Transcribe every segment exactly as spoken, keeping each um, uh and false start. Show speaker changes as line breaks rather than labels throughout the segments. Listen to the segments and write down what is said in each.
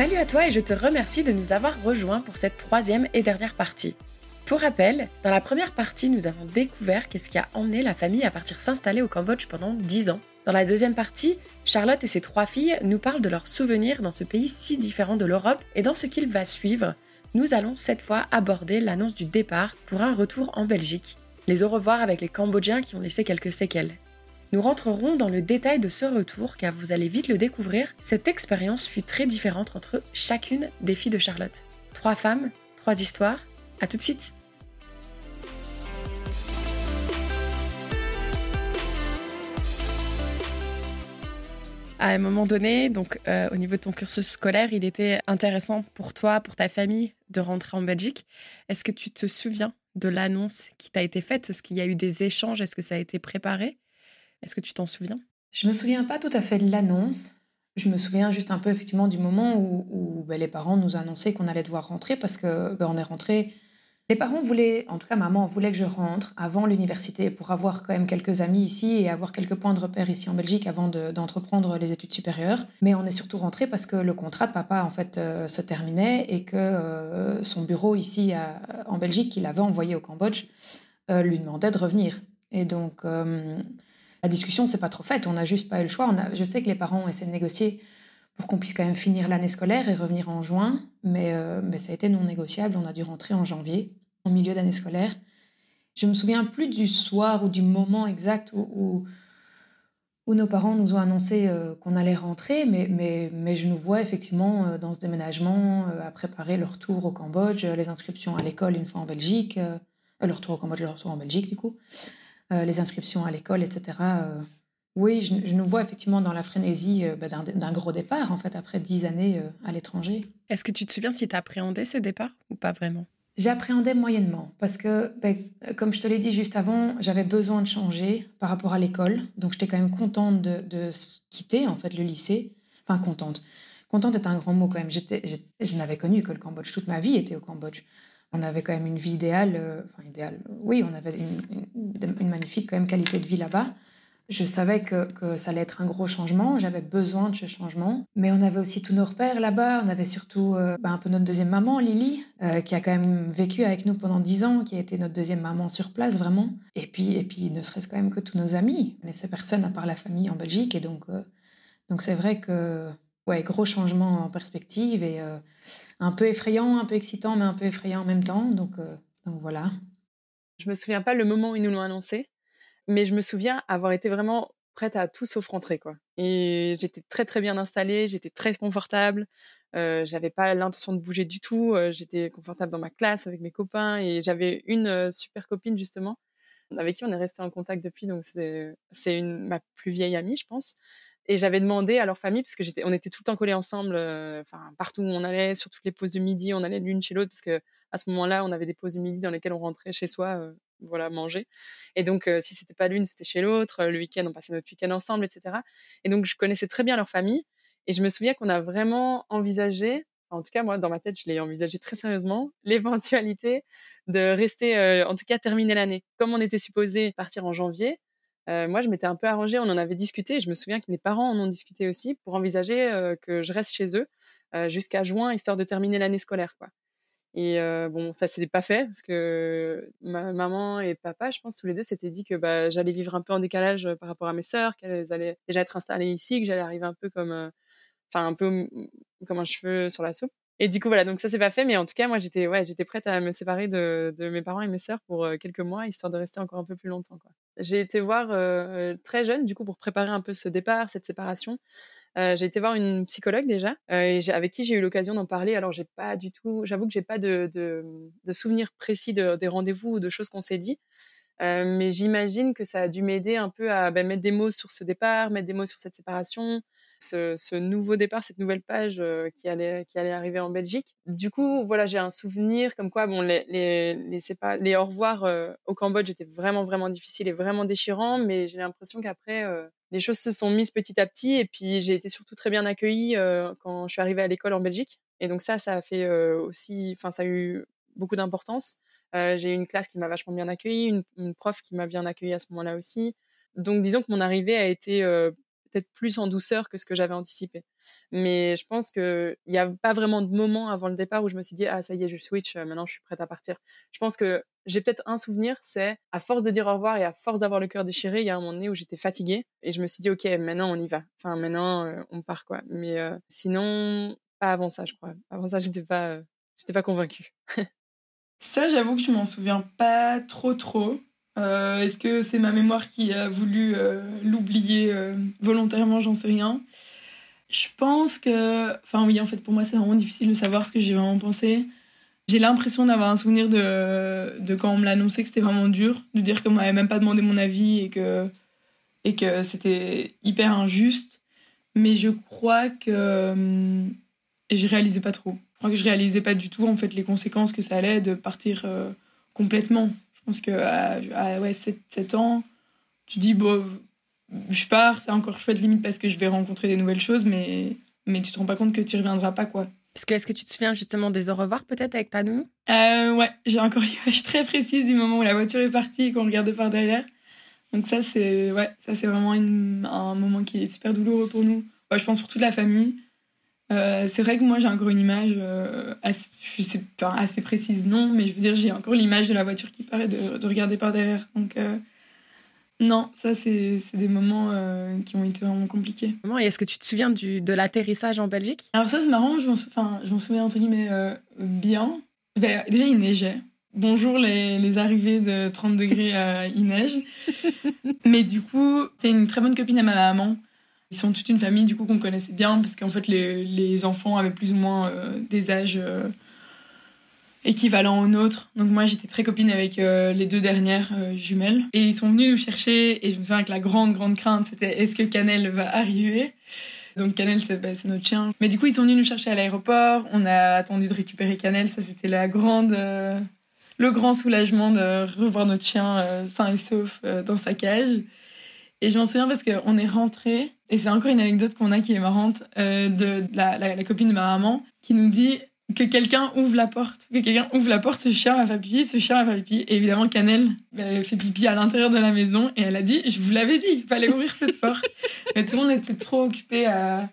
Salut à toi et je te remercie de nous avoir rejoints pour cette troisième et dernière partie. Pour rappel, dans la première partie, nous avons découvert qu'est-ce qui a emmené la famille à partir s'installer au Cambodge pendant dix ans. Dans la deuxième partie, Charlotte et ses trois filles nous parlent de leurs souvenirs dans ce pays si différent de l'Europe et dans ce qu'il va suivre, nous allons cette fois aborder l'annonce du départ pour un retour en Belgique. Les au revoir avec les Cambodgiens qui ont laissé quelques séquelles. Nous rentrerons dans le détail de ce retour car vous allez vite le découvrir, cette expérience fut très différente entre chacune des filles de Charlotte. Trois femmes, trois histoires, à tout de suite. À un moment donné, donc euh, au niveau de ton cursus scolaire, il était intéressant pour toi, pour ta famille, de rentrer en Belgique. Est-ce que tu te souviens de l'annonce qui t'a été faite? Est-ce qu'il y a eu des échanges? Est-ce que ça a été préparé? Est-ce que tu t'en souviens?
Je me souviens pas tout à fait de l'annonce. Je me souviens juste un peu effectivement du moment où, où, ben, les parents nous annonçaient qu'on allait devoir rentrer parce que ben, on est rentré. Les parents voulaient, en tout cas maman voulait que je rentre avant l'université pour avoir quand même quelques amis ici et avoir quelques points de repère ici en Belgique avant de- d'entreprendre les études supérieures. Mais on est surtout rentré parce que le contrat de papa en fait euh, se terminait et que euh, son bureau ici à- en Belgique qu'il avait envoyé au Cambodge euh, lui demandait de revenir. Et donc euh, la discussion s'est pas trop faite. On n'a juste pas eu le choix. On a, je sais que les parents ont essayé de négocier pour qu'on puisse quand même finir l'année scolaire et revenir en juin. Mais, euh, mais ça a été non négociable. On a dû rentrer en janvier, en milieu d'année scolaire. Je me souviens plus du soir ou du moment exact où, où, où nos parents nous ont annoncé euh, qu'on allait rentrer, mais, mais, mais je nous vois effectivement euh, dans ce déménagement euh, à préparer le retour au Cambodge, euh, les inscriptions à l'école une fois en Belgique, euh, le retour au Cambodge, le retour en Belgique du coup, euh, les inscriptions à l'école, et cetera euh, oui, je, je nous vois effectivement dans la frénésie euh, bah, d'un, d'un gros départ, en fait, après dix années euh, à l'étranger.
Est-ce que tu te souviens si tu appréhendais ce départ ou pas vraiment?
J'appréhendais moyennement parce que, ben, comme je te l'ai dit juste avant, j'avais besoin de changer par rapport à l'école. Donc, j'étais quand même contente de, de s- quitter en fait le lycée. Enfin, contente. Contente est un grand mot quand même. J'étais, j'ai- je n'avais connu que le Cambodge. Toute ma vie était au Cambodge. On avait quand même une vie idéale. euh, Enfin, idéale. Oui, on avait une, une- une magnifique quand même qualité de vie là-bas. Je savais que, que ça allait être un gros changement, j'avais besoin de ce changement. Mais on avait aussi tous nos repères là-bas. On avait surtout euh, bah, un peu notre deuxième maman, Lily, euh, qui a quand même vécu avec nous pendant dix ans, qui a été notre deuxième maman sur place, vraiment. Et puis, et puis ne serait-ce quand même que tous nos amis. On laissait personne à part la famille en Belgique. Et donc, euh, donc c'est vrai que, ouais, gros changement en perspective et euh, un peu effrayant, un peu excitant, mais un peu effrayant en même temps. Donc, euh, donc voilà.
Je me souviens pas le moment où ils nous l'ont annoncé, mais je me souviens avoir été vraiment prête à tout sauf rentrer, quoi. Et j'étais très très bien installée, j'étais très confortable, euh, j'avais pas l'intention de bouger du tout, euh, j'étais confortable dans ma classe avec mes copains et j'avais une euh, super copine justement avec qui on est resté en contact depuis, donc c'est c'est une ma plus vieille amie, je pense. Et j'avais demandé à leur famille parce que j'étais, on était tout le temps collés ensemble, euh, enfin partout où on allait, sur toutes les pauses de midi, on allait l'une chez l'autre parce que à ce moment-là, on avait des pauses de midi dans lesquelles on rentrait chez soi, euh, voilà, manger. Et donc, euh, si c'était pas l'une, c'était chez l'autre. Euh, Le week-end, on passait notre week-end ensemble, et cetera. Et donc, je connaissais très bien leur famille. Et je me souviens qu'on a vraiment envisagé, en tout cas moi, dans ma tête, je l'ai envisagé très sérieusement, l'éventualité de rester, euh, en tout cas, terminer l'année. Comme on était supposé partir en janvier, euh, moi, je m'étais un peu arrangée, on en avait discuté. Et je me souviens que mes parents en ont discuté aussi pour envisager euh, que je reste chez eux euh, jusqu'à juin, histoire de terminer l'année scolaire, quoi. Et euh, bon, ça s'est pas fait parce que ma maman et papa, je pense, tous les deux s'étaient dit que bah, j'allais vivre un peu en décalage euh, par rapport à mes sœurs, qu'elles allaient déjà être installées ici, que j'allais arriver un peu comme, euh, enfin un peu mm, comme un cheveu sur la soupe. Et du coup voilà, donc ça s'est pas fait, mais en tout cas moi j'étais ouais j'étais prête à me séparer de, de mes parents et mes sœurs pour euh, quelques mois, histoire de rester encore un peu plus longtemps, quoi. J'ai été voir euh, très jeune du coup pour préparer un peu ce départ, cette séparation. Euh, j'ai été voir une psychologue déjà, euh, et j'ai- avec qui j'ai eu l'occasion d'en parler. Alors j'ai pas du tout, j'avoue que j'ai pas de, de, de souvenirs précis de, des rendez-vous ou de choses qu'on s'est dit, euh, mais j'imagine que ça a dû m'aider un peu à bah, mettre des mots sur ce départ, mettre des mots sur cette séparation, ce, ce nouveau départ, cette nouvelle page euh, qui allait qui allait arriver en Belgique. Du coup, voilà, j'ai un souvenir comme quoi bon les les les, sépa- les au revoir euh, au Cambodge étaient vraiment vraiment difficiles et vraiment déchirants, mais j'ai l'impression qu'après euh, les choses se sont mises petit à petit et puis j'ai été surtout très bien accueillie euh, quand je suis arrivée à l'école en Belgique. Et donc ça, ça a fait euh, aussi, enfin ça a eu beaucoup d'importance. Euh, j'ai eu une classe qui m'a vachement bien accueillie, une, une prof qui m'a bien accueillie à ce moment-là aussi. Donc disons que mon arrivée a été euh, peut-être plus en douceur que ce que j'avais anticipé. Mais je pense qu'il n'y a pas vraiment de moment avant le départ où je me suis dit « Ah, ça y est, je switch, maintenant je suis prête à partir ». Je pense que j'ai peut-être un souvenir, c'est à force de dire au revoir et à force d'avoir le cœur déchiré, il y a un moment donné où j'étais fatiguée et je me suis dit « Ok, maintenant on y va ». Enfin, maintenant euh, on part, quoi. Mais euh, sinon, pas avant ça, je crois. Avant ça, j'étais pas, euh, j'étais pas convaincue.
Ça, j'avoue que je m'en souviens pas trop trop. Euh, est-ce que c'est ma mémoire qui a voulu euh, l'oublier euh, volontairement? J'en sais rien. Je pense que... Enfin oui, en fait, pour moi, c'est vraiment difficile de savoir ce que j'ai vraiment pensé. J'ai l'impression d'avoir un souvenir de, de quand on me l'a annoncé que c'était vraiment dur, de dire qu'on m'avait même pas demandé mon avis et que, et que c'était hyper injuste. Mais je crois que... Hum, je réalisais pas trop. Je crois que je réalisais pas du tout en fait les conséquences que ça allait de partir euh, complètement. Je pense que à, à ouais, sept ans, tu dis bon, je pars, c'est encore chouette limite parce que je vais rencontrer des nouvelles choses, mais mais tu te rends pas compte que tu reviendras pas, quoi.
Parce que est-ce que tu te souviens justement des au revoir peut-être avec ta nounou?
euh, Ouais, j'ai encore l'image très précise du moment où la voiture est partie et qu'on regardait par derrière. Donc ça c'est ouais, ça c'est vraiment une, un moment qui est super douloureux pour nous. Ouais, je pense pour toute la famille. Euh, c'est vrai que moi j'ai encore une image euh, assez, je sais pas, assez précise, non, mais je veux dire j'ai encore l'image de la voiture qui paraît de, de regarder par derrière. Donc euh, non, ça c'est, c'est des moments euh, qui ont été vraiment compliqués.
Et est-ce que tu te souviens du, de l'atterrissage en Belgique?
Alors ça c'est marrant, je m'en, sou... enfin, je m'en souviens entre guillemets euh, bien. Ben, déjà il neigeait. Bonjour les, les arrivées de trente degrés, euh, il neige. Mais du coup, c'est une très bonne copine à ma maman. Ils sont toute une famille du coup qu'on connaissait bien parce qu'en fait les, les enfants avaient plus ou moins euh, des âges euh, équivalents aux nôtres. Donc moi j'étais très copine avec euh, les deux dernières euh, jumelles. Et ils sont venus nous chercher et je me souviens que la grande grande crainte c'était est-ce que Cannelle va arriver? Donc Cannelle c'est, bah, c'est notre chien. Mais du coup ils sont venus nous chercher à l'aéroport. On a attendu de récupérer Cannelle. Ça c'était la grande, euh, le grand soulagement de revoir notre chien euh, sain et sauf euh, dans sa cage. Et je m'en souviens parce qu'on est rentrés, et c'est encore une anecdote qu'on a qui est marrante, euh, de la, la, la copine de ma maman, qui nous dit que quelqu'un ouvre la porte, que quelqu'un ouvre la porte, ce chien va faire pipi, ce chien va faire pipi. Et évidemment, Cannelle elle fait pipi à l'intérieur de la maison, et elle a dit, je vous l'avais dit, il fallait ouvrir cette porte. Mais tout le monde était trop occupé à,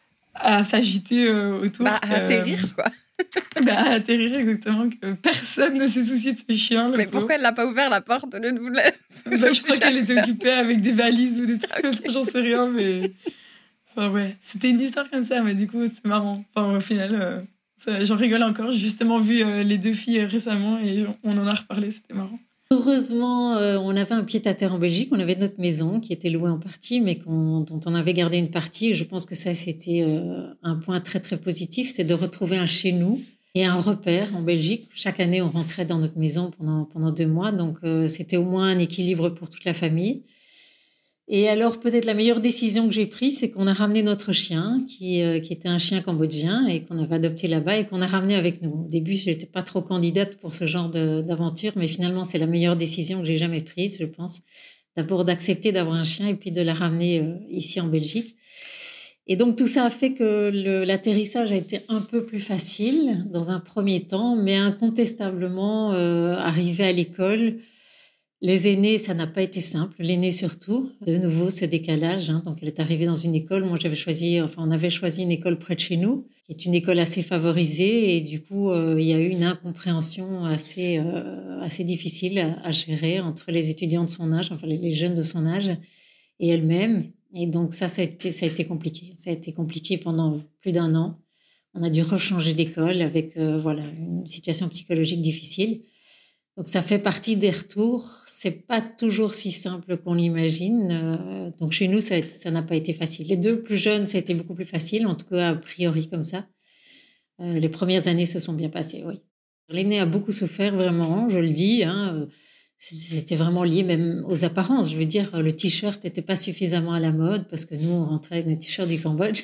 à s'agiter euh, autour.
Bah, à atterrir, euh, quoi.
Bah, à atterrir, exactement, que personne ne s'est soucié de ce chien.
Mais pauvre. Pourquoi elle n'a pas ouvert la porte au lieu de vous la...
Bah, je crois qu'elle était occupée avec des valises ou des trucs comme ça, j'en sais rien, mais... Enfin, ouais, c'était une histoire comme ça, mais du coup, c'était marrant. Enfin, au final, euh, ça, j'en rigole encore. J'ai justement vu euh, les deux filles récemment et on en a reparlé, c'était marrant.
Heureusement, euh, on avait un pied-à-terre en Belgique. On avait notre maison qui était louée en partie, mais qu'on, dont on avait gardé une partie. Et je pense que ça, c'était euh, un point très, très positif, c'est de retrouver un chez nous et un repère en Belgique. Chaque année, on rentrait dans notre maison pendant, pendant deux mois. Donc, euh, c'était au moins un équilibre pour toute la famille. Et alors, peut-être la meilleure décision que j'ai prise, c'est qu'on a ramené notre chien, qui, euh, qui était un chien cambodgien et qu'on avait adopté là-bas et qu'on a ramené avec nous. Au début, je n'étais pas trop candidate pour ce genre de, d'aventure, mais finalement, c'est la meilleure décision que j'ai jamais prise, je pense. D'abord, d'accepter d'avoir un chien et puis de la ramener euh, ici en Belgique. Et donc, tout ça a fait que le, l'atterrissage a été un peu plus facile dans un premier temps, mais incontestablement, euh, arrivé à l'école, les aînés, ça n'a pas été simple. L'aîné surtout, de nouveau ce décalage. Hein. Donc, elle est arrivée dans une école. Moi, j'avais choisi, enfin, on avait choisi une école près de chez nous, qui est une école assez favorisée. Et du coup, euh, il y a eu une incompréhension assez, euh, assez difficile à, à gérer entre les étudiants de son âge, enfin les, les jeunes de son âge, et elle-même. Et donc, ça, ça a été, ça a été compliqué. Ça a été compliqué pendant plus d'un an. On a dû rechanger d'école avec, euh, voilà, une situation psychologique difficile. Donc, ça fait partie des retours. C'est pas toujours si simple qu'on l'imagine. Euh, donc, chez nous, ça, a été, ça n'a pas été facile. Les deux plus jeunes, ça a été beaucoup plus facile, en tout cas, a priori, comme ça. Euh, les premières années se sont bien passées, oui. L'aîné a beaucoup souffert, vraiment, je le dis. Hein, c'était vraiment lié même aux apparences. Je veux dire, le t-shirt n'était pas suffisamment à la mode parce que nous, on rentrait avec le t-shirt du Cambodge.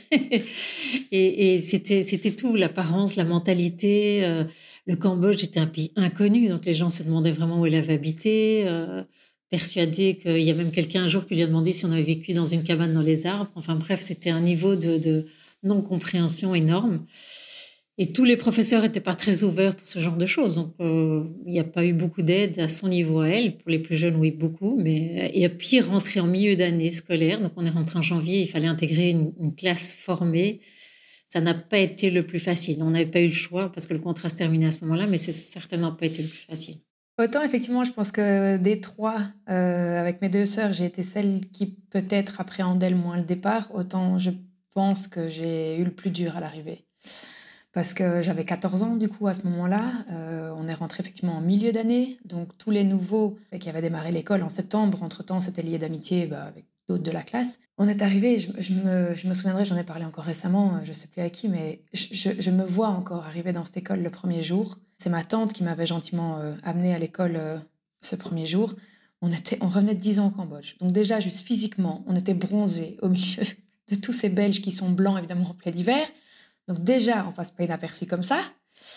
et et c'était, c'était tout, l'apparence, la mentalité... Euh, Le Cambodge était un pays inconnu, donc les gens se demandaient vraiment où elle avait habité, euh, persuadés qu'il y a même quelqu'un un jour qui lui a demandé si on avait vécu dans une cabane dans les arbres. Enfin bref, c'était un niveau de, de non-compréhension énorme. Et tous les professeurs n'étaient pas très ouverts pour ce genre de choses. Donc, euh, il n'y a pas eu beaucoup d'aide à son niveau à elle. Pour les plus jeunes, oui, beaucoup. Mais, et puis, rentrer en milieu d'année scolaire. Donc, on est rentré en janvier. Il fallait intégrer une, une classe formée. Ça n'a pas été le plus facile. On n'avait pas eu le choix parce que le contrat se terminait à ce moment-là. Mais c'est certainement pas été le plus facile.
Autant, effectivement, je pense que des trois, euh, avec mes deux sœurs, j'ai été celle qui peut-être appréhendait le moins le départ. Autant, je pense que j'ai eu le plus dur à l'arrivée. Parce que j'avais quatorze ans, du coup, à ce moment-là. Euh, on est rentré effectivement en milieu d'année. Donc, tous les nouveaux qui avaient démarré l'école en septembre, entre-temps, c'était lié d'amitié bah, avec d'autres de la classe. On est arrivé, je, je, me, je me souviendrai, j'en ai parlé encore récemment, je ne sais plus avec qui, mais je, je, je me vois encore arriver dans cette école le premier jour. C'est ma tante qui m'avait gentiment euh, amenée à l'école euh, ce premier jour. On, était, on revenait de dix ans au Cambodge. Donc déjà, juste physiquement, on était bronzés au milieu de tous ces Belges qui sont blancs, évidemment, en plein hiver. Donc déjà, on passe pas inaperçu comme ça.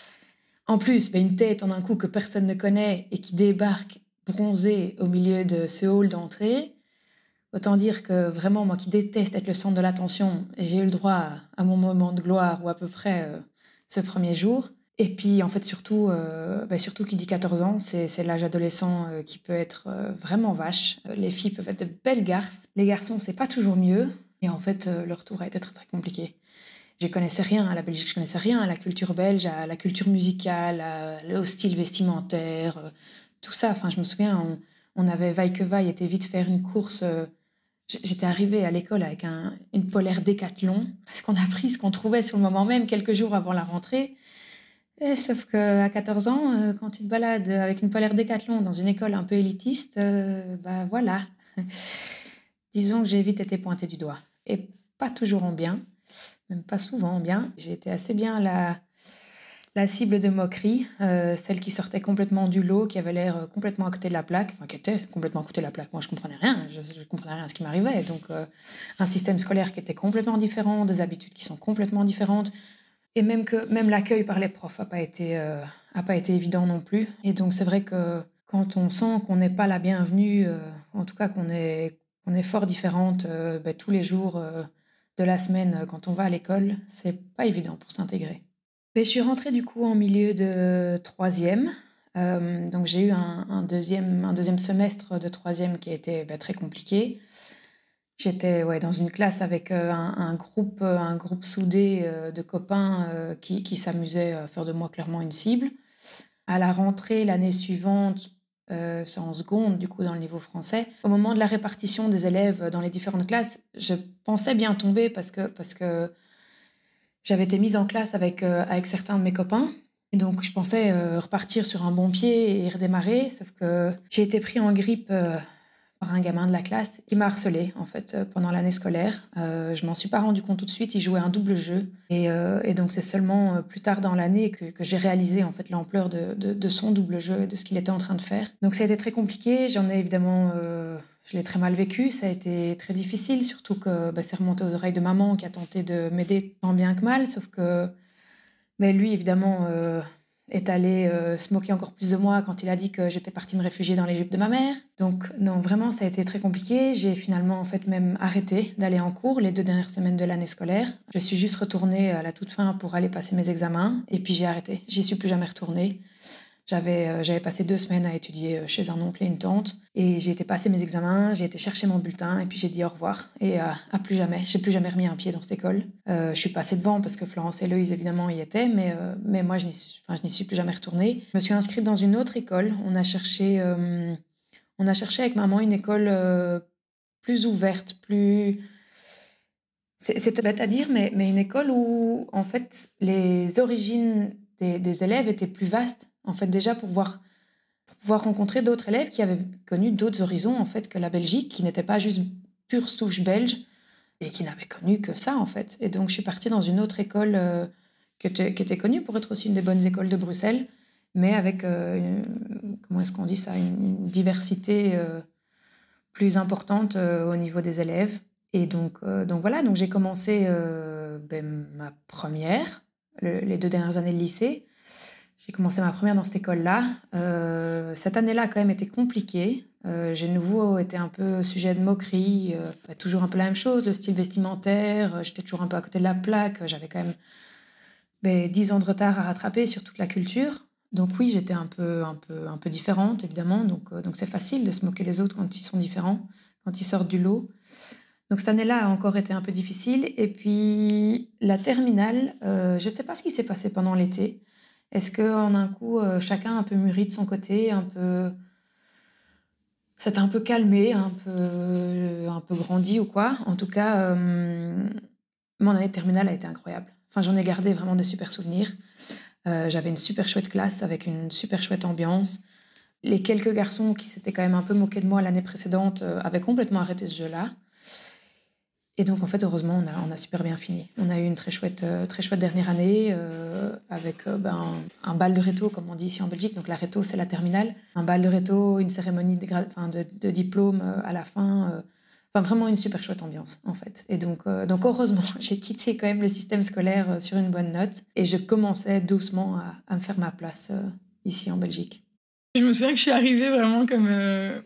En plus, ben, une tête en un coup que personne ne connaît et qui débarque bronzée au milieu de ce hall d'entrée. Autant dire que vraiment, moi qui déteste être le centre de l'attention, j'ai eu le droit à, à mon moment de gloire, ou à peu près euh, ce premier jour. Et puis, en fait, surtout, euh, ben, surtout qui dit quatorze ans, c'est, c'est l'âge adolescent euh, qui peut être euh, vraiment vache. Euh, les filles peuvent être de belles garces. Les garçons, c'est pas toujours mieux. Et en fait, euh, leur tour a été très, très compliqué. Je connaissais rien à la Belgique, je connaissais rien à la culture belge, à la culture musicale, à, au style vestimentaire, euh, tout ça. Enfin, je me souviens, on, on avait vaille que vaille été vite faire une course. Euh, j'étais arrivée à l'école avec un, une polaire Décathlon, parce qu'on a pris ce qu'on trouvait sur le moment même, quelques jours avant la rentrée. Et, sauf qu'à quatorze ans, euh, quand tu te balades avec une polaire Décathlon dans une école un peu élitiste, euh, bah voilà. Disons que j'ai vite été pointée du doigt. Et pas toujours en bien. Même pas souvent en bien. J'ai été assez bien la, la cible de moquerie, euh, celle qui sortait complètement du lot, qui avait l'air complètement à côté de la plaque, enfin qui était complètement à côté de la plaque. Moi, je comprenais rien, je, je comprenais rien à ce qui m'arrivait. Donc, euh, un système scolaire qui était complètement différent, des habitudes qui sont complètement différentes, et même que même l'accueil par les profs a pas été euh, a pas été évident non plus. Et donc, c'est vrai que quand on sent qu'on n'est pas la bienvenue, euh, en tout cas qu'on est qu'on est fort différente euh, ben, tous les jours. Euh, de la semaine quand on va à l'école, c'est pas évident pour s'intégrer. Mais je suis rentrée du coup en milieu de troisième, euh, donc j'ai eu un, un, deuxième, un deuxième semestre de troisième qui a été bah, très compliqué. J'étais ouais, dans une classe avec euh, un, un, groupe, un groupe soudé euh, de copains euh, qui, qui s'amusaient à faire de moi clairement une cible. À la rentrée, l'année suivante, Euh, c'est en seconde, du coup, dans le niveau français. Au moment de la répartition des élèves dans les différentes classes, je pensais bien tomber parce que, parce que j'avais été mise en classe avec, euh, avec certains de mes copains. Et donc, je pensais euh, repartir sur un bon pied et redémarrer, sauf que j'ai été pris en grippe euh, par un gamin de la classe qui m'a harcelée, en fait, euh, pendant l'année scolaire. Euh, je m'en suis pas rendu compte tout de suite, il jouait un double jeu. Et, euh, et donc, c'est seulement euh, plus tard dans l'année que, que j'ai réalisé, en fait, l'ampleur de, de, de son double jeu et de ce qu'il était en train de faire. Donc, ça a été très compliqué. J'en ai évidemment... Euh, je l'ai très mal vécu. Ça a été très difficile, surtout que bah, c'est remonté aux oreilles de maman qui a tenté de m'aider tant bien que mal. Sauf que bah, lui, évidemment... Euh, est allé euh, se moquer encore plus de moi quand il a dit que j'étais partie me réfugier dans les jupes de ma mère. Donc non, vraiment, ça a été très compliqué. J'ai finalement en fait même arrêté d'aller en cours les deux dernières semaines de l'année scolaire. Je suis juste retournée à la toute fin pour aller passer mes examens et puis j'ai arrêté. J'y suis plus jamais retournée. J'avais, euh, j'avais passé deux semaines à étudier chez un oncle et une tante et j'ai été passer mes examens, j'ai été chercher mon bulletin et puis j'ai dit au revoir et euh, à plus jamais. J'ai plus jamais remis un pied dans cette école. Euh, je suis passée devant parce que Florence et Loïse évidemment y étaient, mais, euh, mais moi je n'y, suis, enfin, je n'y suis plus jamais retournée. Je me suis inscrite dans une autre école. On a cherché, euh, on a cherché avec maman une école euh, plus ouverte, plus... C'est, c'est peut-être bête à dire, mais, mais une école où en fait les origines des, des élèves étaient plus vastes. En fait, déjà pour pouvoir, pour pouvoir rencontrer d'autres élèves qui avaient connu d'autres horizons en fait que la Belgique, qui n'étaient pas juste pure souche belge et qui n'avaient connu que ça en fait. Et donc je suis partie dans une autre école euh, qui, était, qui était connue pour être aussi une des bonnes écoles de Bruxelles, mais avec euh, une, comment est-ce qu'on dit ça, une, une diversité euh, plus importante euh, au niveau des élèves. Et donc, euh, donc voilà, donc j'ai commencé euh, ben, ma première, le, les deux dernières années de lycée. J'ai commencé ma première dans cette école-là. Euh, cette année-là a quand même été compliquée. Euh, j'ai de nouveau été un peu sujet de moquerie, euh, bah, toujours un peu la même chose, le style vestimentaire. J'étais toujours un peu à côté de la plaque. J'avais quand même beh, dix ans de retard à rattraper sur toute la culture. Donc oui, j'étais un peu, un peu, un peu différente, évidemment. Donc, euh, donc c'est facile de se moquer des autres quand ils sont différents, quand ils sortent du lot. Donc cette année-là a encore été un peu difficile. Et puis la terminale, euh, je ne sais pas ce qui s'est passé pendant l'été. Est-ce qu'en un coup, euh, chacun a un peu mûri de son côté, un peu... Ça t'a un peu calmé, un peu, un peu grandi ou quoi. En tout cas, euh, mon année de terminale a été incroyable. Enfin, j'en ai gardé vraiment de super souvenirs. Euh, j'avais une super chouette classe avec une super chouette ambiance. Les quelques garçons qui s'étaient quand même un peu moqués de moi l'année précédente euh, avaient complètement arrêté ce jeu-là. Et donc, en fait, heureusement, on a, on a super bien fini. On a eu une très chouette, euh, très chouette dernière année euh, avec euh, ben, un, un bal de réto, comme on dit ici en Belgique. Donc, la réto, c'est la terminale. Un bal de réto, une cérémonie de, gra- enfin, de, de diplôme euh, à la fin. euh. Enfin, vraiment une super chouette ambiance, en fait. Et donc, euh, donc heureusement, j'ai quitté quand même le système scolaire euh, sur une bonne note. Et je commençais doucement à, à me faire ma place euh, ici en Belgique.
Je me souviens que je suis arrivée vraiment comme... euh,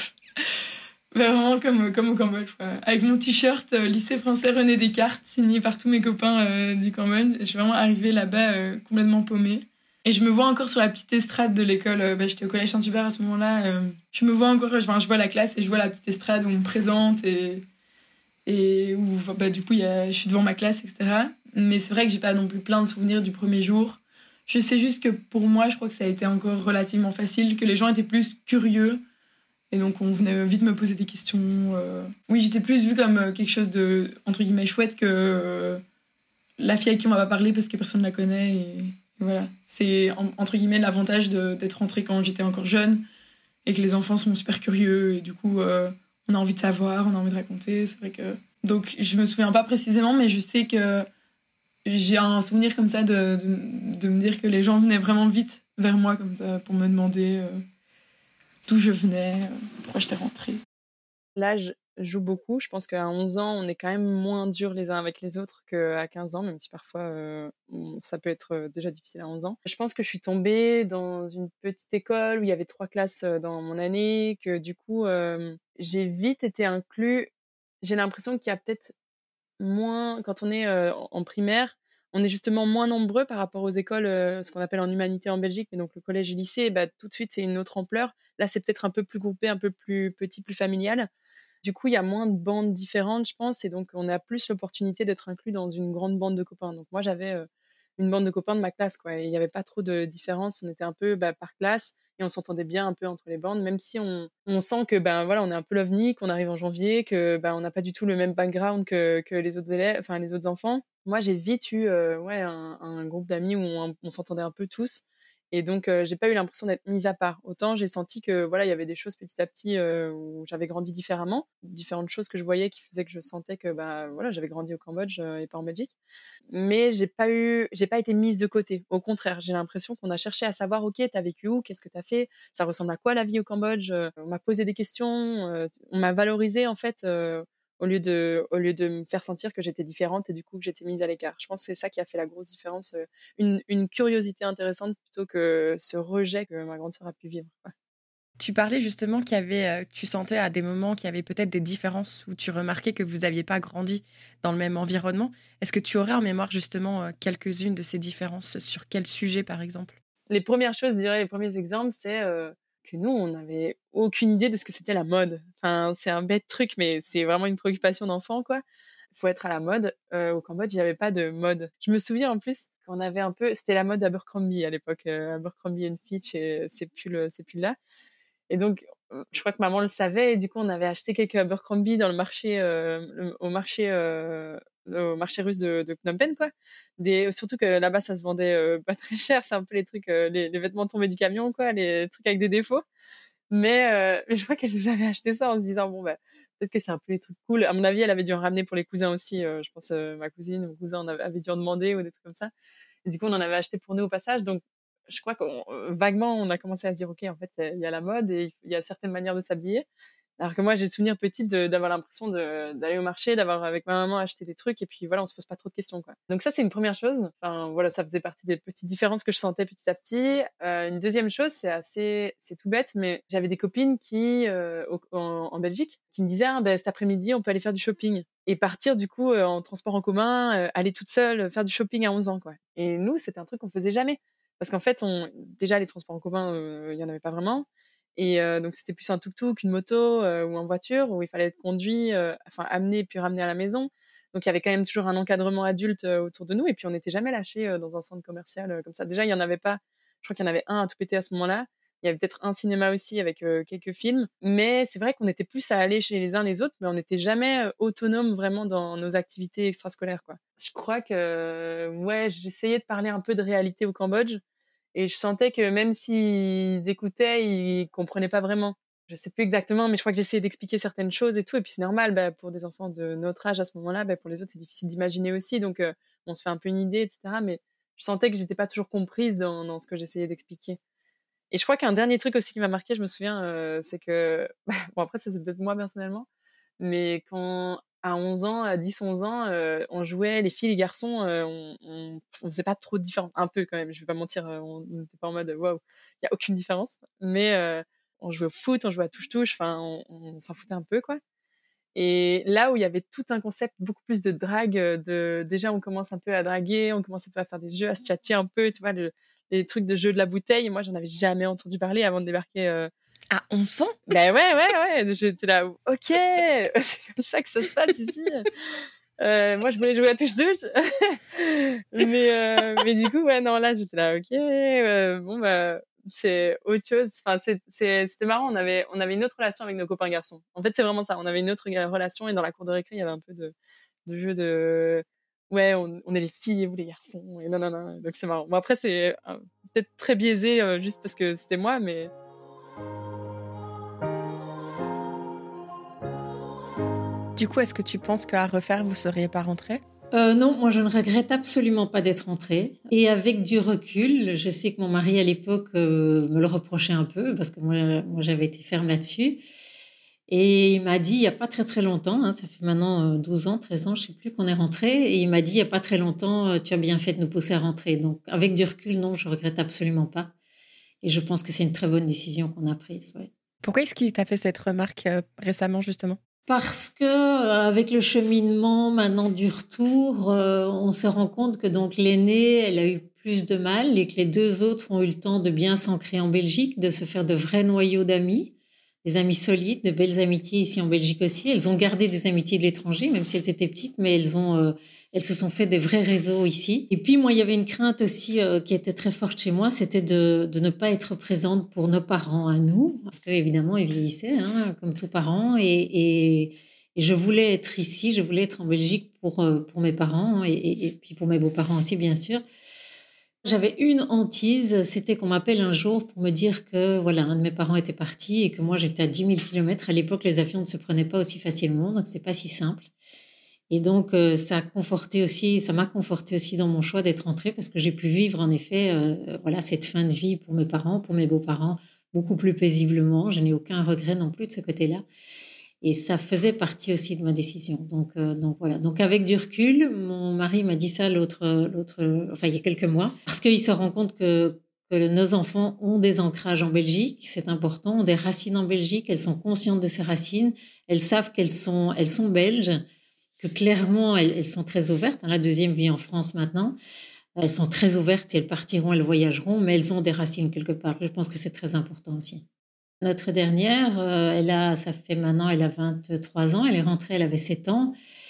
vraiment comme, comme au Cambodge, quoi. Avec mon t-shirt euh, lycée français René Descartes, signé par tous mes copains euh, du Cambodge. Je suis vraiment arrivée là-bas euh, complètement paumée. Et je me vois encore sur la petite estrade de l'école. euh, bah, j'étais au collège Saint-Hubert à ce moment-là. euh, je me vois encore, enfin, je vois la classe et je vois la petite estrade où on me présente et, et où bah, du coup il y a, je suis devant ma classe, et cetera. Mais c'est vrai que j'ai pas non plus plein de souvenirs du premier jour. Je sais juste que pour moi, je crois que ça a été encore relativement facile, que les gens étaient plus curieux. Et donc, on venait vite me poser des questions. euh. Oui, j'étais plus vue comme euh, quelque chose de, entre guillemets, chouette que euh, la fille à qui on va pas parler parce que personne ne la connaît. Et, et voilà. C'est, en- entre guillemets, l'avantage de- d'être rentrée quand j'étais encore jeune et que les enfants sont super curieux. Et du coup, euh, on a envie de savoir, on a envie de raconter. C'est vrai que... Donc, je me souviens pas précisément, mais je sais que j'ai un souvenir comme ça de, de, de me dire que les gens venaient vraiment vite vers moi comme ça pour me demander euh, d'où je venais, euh, pourquoi j'étais rentrée.
L'âge joue beaucoup. Je pense qu'à onze ans, on est quand même moins dur les uns avec les autres qu'à quinze ans, même si parfois euh, on- ça peut être euh, déjà difficile à onze ans. Je pense que je suis tombée dans une petite école où il y avait trois classes euh, dans mon année, que du coup, euh, j'ai vite été inclus. J'ai l'impression qu'il y a peut-être moins, quand on est euh, en en primaire, on est justement moins nombreux par rapport aux écoles, euh, ce qu'on appelle en humanité en Belgique, mais donc le collège et lycée, bah, tout de suite, c'est une autre ampleur. Là, c'est peut-être un peu plus groupé, un peu plus petit, plus familial. Du coup, il y a moins de bandes différentes, je pense, et donc on a plus l'opportunité d'être inclus dans une grande bande de copains. Donc moi, j'avais euh, une bande de copains de ma classe, quoi, et il n'y avait pas trop de différence. On était un peu bah, par classe et on s'entendait bien un peu entre les bandes, même si on, on sent que ben voilà, on est un peu l'ovni, qu'on arrive en janvier, que ben on n'a pas du tout le même background que, que les autres élèves, enfin les autres enfants. Moi, j'ai vite eu euh, ouais un, un groupe d'amis où on, on s'entendait un peu tous. Et donc, euh, j'ai pas eu l'impression d'être mise à part. Autant j'ai senti que voilà, il y avait des choses petit à petit euh, où j'avais grandi différemment, différentes choses que je voyais qui faisaient que je sentais que bah voilà, j'avais grandi au Cambodge euh, et pas en Belgique. Mais j'ai pas eu, j'ai pas été mise de côté. Au contraire, j'ai l'impression qu'on a cherché à savoir, ok, t'as vécu où, qu'est-ce que t'as fait, ça ressemble à quoi la vie au Cambodge. Euh, On m'a posé des questions, euh, on m'a valorisé en fait. euh, au lieu de, au lieu de me faire sentir que j'étais différente et du coup que j'étais mise à l'écart. Je pense que c'est ça qui a fait la grosse différence. euh, une, une curiosité intéressante plutôt que ce rejet que ma grande sœur a pu vivre, quoi.
Tu parlais justement qu'il y avait, euh, tu sentais à des moments qu'il y avait peut-être des différences où tu remarquais que vous n'aviez pas grandi dans le même environnement. Est-ce que tu aurais en mémoire justement euh, quelques-unes de ces différences sur quel sujet par exemple?
Les premières choses, je dirais, les premiers exemples, c'est euh, que nous, on n'avait aucune idée de ce que c'était la mode. Enfin, c'est un bête truc, mais c'est vraiment une préoccupation d'enfant, quoi. Il faut être à la mode. Euh, au Cambodge, il n'y avait pas de mode. Je me souviens en plus qu'on avait un peu, c'était la mode Abercrombie à l'époque, euh, Abercrombie and Fitch, et c'est plus le, c'est plus là. Et donc, euh, je crois que maman le savait, et du coup, on avait acheté quelques Abercrombie dans le marché, euh, le- au marché, euh, au marché russe de, de Phnom Penh, quoi. Des, surtout que là-bas, ça se vendait euh, pas très cher. C'est un peu les trucs, euh, les, les vêtements tombés du camion, quoi, les trucs avec des défauts. Mais, euh, mais je crois qu'elle nous avait acheté ça en se disant, bon, bah, peut-être que c'est un peu les trucs cool. À mon avis, elle avait dû en ramener pour les cousins aussi. euh, je pense, euh, ma cousine, mon cousin, on avait, avait dû en demander ou des trucs comme ça. Et du coup, on en avait acheté pour nous au passage. Donc, je crois qu'on, euh, vaguement, on a commencé à se dire, OK, en fait, il y, a il y a la mode et il y a certaines manières de s'habiller. Alors que moi, j'ai le souvenir petite de, d'avoir l'impression de, d'aller au marché, d'avoir avec ma maman acheté des trucs et puis voilà, on se pose pas trop de questions, quoi. Donc ça, c'est une première chose. Enfin, voilà, ça faisait partie des petites différences que je sentais petit à petit. Euh, une deuxième chose, c'est assez, c'est tout bête, mais j'avais des copines qui, euh, au, en, en Belgique, qui me disaient, ah, ben, cet après-midi, on peut aller faire du shopping. Et partir, du coup, euh, en transport en commun, euh, aller toute seule, faire du shopping à onze ans, quoi. Et nous, c'était un truc qu'on faisait jamais. Parce qu'en fait, on, déjà, les transports en commun, euh, il y en avait pas vraiment. Et euh, donc, c'était plus un tuk-tuk, une moto euh, ou en voiture où il fallait être conduit, euh, enfin, amené puis ramené à la maison. Donc, il y avait quand même toujours un encadrement adulte euh, autour de nous. Et puis, on n'était jamais lâchés euh, dans un centre commercial euh, comme ça. Déjà, il y en avait pas. Je crois qu'il y en avait un à tout péter à ce moment-là. Il y avait peut-être un cinéma aussi avec euh, quelques films. Mais c'est vrai qu'on était plus à aller chez les uns les autres, mais on n'était jamais euh, autonome vraiment dans nos activités extrascolaires, quoi. Je crois que, euh, ouais, j'essayais de parler un peu de réalité au Cambodge. Et je sentais que même s'ils écoutaient, ils comprenaient pas vraiment. Je sais plus exactement, mais je crois que j'essayais d'expliquer certaines choses et tout. Et puis c'est normal, bah, pour des enfants de notre âge à ce moment-là, bah, pour les autres, c'est difficile d'imaginer aussi. Donc euh, on se fait un peu une idée, et cetera. Mais je sentais que j'étais pas toujours comprise dans, dans ce que j'essayais d'expliquer. Et je crois qu'un dernier truc aussi qui m'a marqué, je me souviens, euh, c'est que... bon, après, ça c'est peut-être moi personnellement, mais quand à onze ans, à dix onze ans, euh, on jouait, les filles, les garçons, euh, on, on, on faisait pas trop de différence. Un peu quand même, je vais pas mentir, euh, on n'était pas en mode waouh, il y a aucune différence. Mais euh, on jouait au foot, on jouait à touche-touche, enfin, on, on s'en foutait un peu, quoi. Et là où il y avait tout un concept beaucoup plus de drague, de déjà on commence un peu à draguer, on commence un peu à faire des jeux, à se tchatcher un peu, tu vois, le, les trucs de jeu de la bouteille. Moi, j'en avais jamais entendu parler avant de débarquer. Euh...
À onze ans?
Ben ouais, ouais, ouais. J'étais là, ok, c'est comme ça que ça se passe ici. Euh, moi, je voulais jouer à touche-touche. mais, euh, mais du coup, ouais, non, là, j'étais là, ok, euh, bon, bah, c'est autre chose. Enfin, c'est, c'est, c'était marrant. On avait, on avait une autre relation avec nos copains garçons. En fait, c'est vraiment ça. On avait une autre relation et dans la cour de récré, il y avait un peu de, de jeu de, ouais, on, on est les filles et vous les garçons et non, non, non. Donc c'est marrant. Bon, après, c'est euh, peut-être très biaisé euh, juste parce que c'était moi, mais.
Du coup, est-ce que tu penses qu'à refaire, vous seriez pas rentrée?
Euh, non, moi je ne regrette absolument pas d'être rentrée. Et avec du recul, je sais que mon mari à l'époque euh, me le reprochait un peu parce que moi, moi j'avais été ferme là-dessus. Et il m'a dit il n'y a pas très très longtemps, hein, ça fait maintenant douze ans, treize ans, je ne sais plus qu'on est rentré. Et il m'a dit il n'y a pas très longtemps, tu as bien fait de nous pousser à rentrer. Donc avec du recul, non, je ne regrette absolument pas. Et je pense que c'est une très bonne décision qu'on a prise. Ouais.
Pourquoi est-ce qu'il t'a fait cette remarque euh, récemment justement?
Parce que euh, avec le cheminement maintenant du retour, euh, on se rend compte que donc l'aînée, elle a eu plus de mal et que les deux autres ont eu le temps de bien s'ancrer en Belgique, de se faire de vrais noyaux d'amis, des amis solides, de belles amitiés ici en Belgique aussi. Elles ont gardé des amitiés de l'étranger, même si elles étaient petites, mais elles ont, euh, elles se sont fait des vrais réseaux ici. Et puis moi, il y avait une crainte aussi euh, qui était très forte chez moi, c'était de, de ne pas être présente pour nos parents à nous, parce qu'évidemment, ils vieillissaient, hein, comme tous parents, et, et, et je voulais être ici, je voulais être en Belgique pour, euh, pour mes parents, et, et, et puis pour mes beaux-parents aussi, bien sûr. J'avais une hantise, c'était qu'on m'appelle un jour pour me dire que voilà, un de mes parents était parti et que moi j'étais à dix mille kilomètres. À l'époque, les avions ne se prenaient pas aussi facilement, donc c'est pas si simple. Et donc euh, ça a conforté aussi, ça m'a conforté aussi dans mon choix d'être rentrée parce que j'ai pu vivre en effet euh, voilà cette fin de vie pour mes parents, pour mes beaux-parents, beaucoup plus paisiblement. Je n'ai aucun regret non plus de ce côté-là. Et ça faisait partie aussi de ma décision. Donc, euh, donc voilà. Donc avec du recul, mon mari m'a dit ça l'autre, l'autre, enfin il y a quelques mois, parce qu'il se rend compte que, que nos enfants ont des ancrages en Belgique, c'est important, ont des racines en Belgique, elles sont conscientes de ces racines, elles savent qu'elles sont, elles sont belges, que clairement elles, elles sont très ouvertes. La deuxième vit en France maintenant. Elles sont très ouvertes et elles partiront, elles voyageront, mais elles ont des racines quelque part. Je pense que c'est très important aussi. Notre dernière, euh, elle a, ça fait maintenant, elle a vingt-trois ans, elle est rentrée, elle avait sept ans.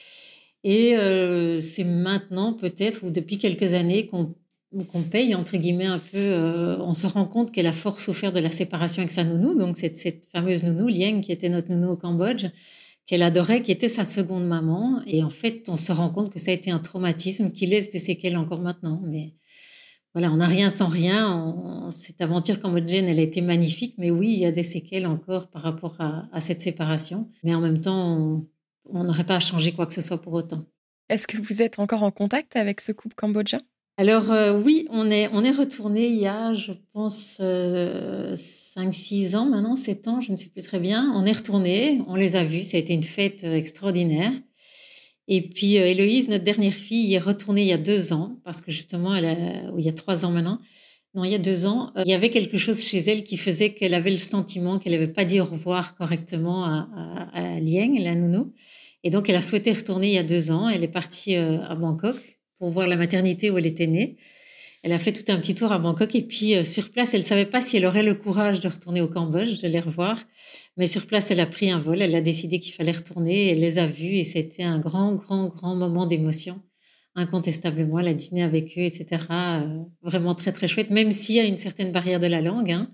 Et euh, c'est maintenant, peut-être, ou depuis quelques années, qu'on, qu'on paye, entre guillemets, un peu. Euh, on se rend compte qu'elle a fort souffert de la séparation avec sa nounou, donc cette, cette fameuse nounou, Lieng, qui était notre nounou au Cambodge, qu'elle adorait, qui était sa seconde maman. Et en fait, on se rend compte que ça a été un traumatisme qui laisse des séquelles encore maintenant. Mais voilà, on n'a rien sans rien. On, cette aventure cambodgienne, elle a été magnifique, mais oui, il y a des séquelles encore par rapport à, à cette séparation. Mais en même temps, on n'aurait pas à changer quoi que ce soit pour autant.
Est-ce que vous êtes encore en contact avec ce couple cambodgien?
Alors euh, oui, on est, on est retourné il y a, je pense, euh, cinq six ans maintenant, sept ans, je ne sais plus très bien. On est retourné, on les a vus, ça a été une fête euh, extraordinaire. Et puis euh, Héloïse, notre dernière fille, y est retournée il y a deux ans, parce que justement, elle a, ou il y a trois ans maintenant, non, il y a deux ans, euh, il y avait quelque chose chez elle qui faisait qu'elle avait le sentiment qu'elle n'avait pas dit au revoir correctement à, à, à Lieng, la nounou. Et donc, elle a souhaité retourner il y a deux ans. Elle est partie euh, à Bangkok pour voir la maternité où elle était née. Elle a fait tout un petit tour à Bangkok et puis euh, sur place, elle ne savait pas si elle aurait le courage de retourner au Cambodge, de les revoir. Mais sur place, elle a pris un vol, elle a décidé qu'il fallait retourner, elle les a vus et c'était un grand, grand, grand moment d'émotion. Incontestablement, elle a dîné avec eux, et cetera. Euh, vraiment très, très chouette, même s'il y a une certaine barrière de la langue. Hein.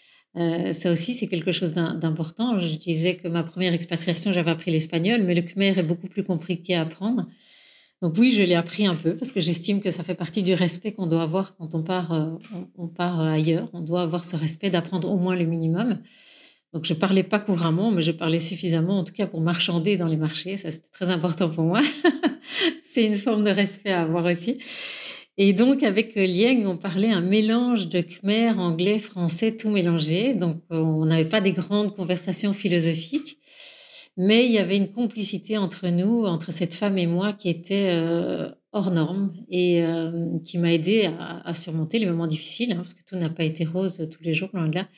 Euh, ça aussi, c'est quelque chose d'important. Je disais que ma première expatriation, j'avais appris l'espagnol, mais le khmer est beaucoup plus compliqué à apprendre. Donc oui, je l'ai appris un peu parce que j'estime que ça fait partie du respect qu'on doit avoir quand on part, euh, on, on part ailleurs. On doit avoir ce respect d'apprendre au moins le minimum. Donc je parlais pas couramment, mais je parlais suffisamment, en tout cas pour marchander dans les marchés. Ça, c'était très important pour moi. C'est une forme de respect à avoir aussi. Et donc, avec Lieng, on parlait un mélange de khmer, anglais, français, tout mélangé. Donc, on n'avait pas des grandes conversations philosophiques. Mais il y avait une complicité entre nous, entre cette femme et moi, qui était euh, hors norme et euh, qui m'a aidée à, à surmonter les moments difficiles, hein, parce que tout n'a pas été rose tous les jours, loin de là.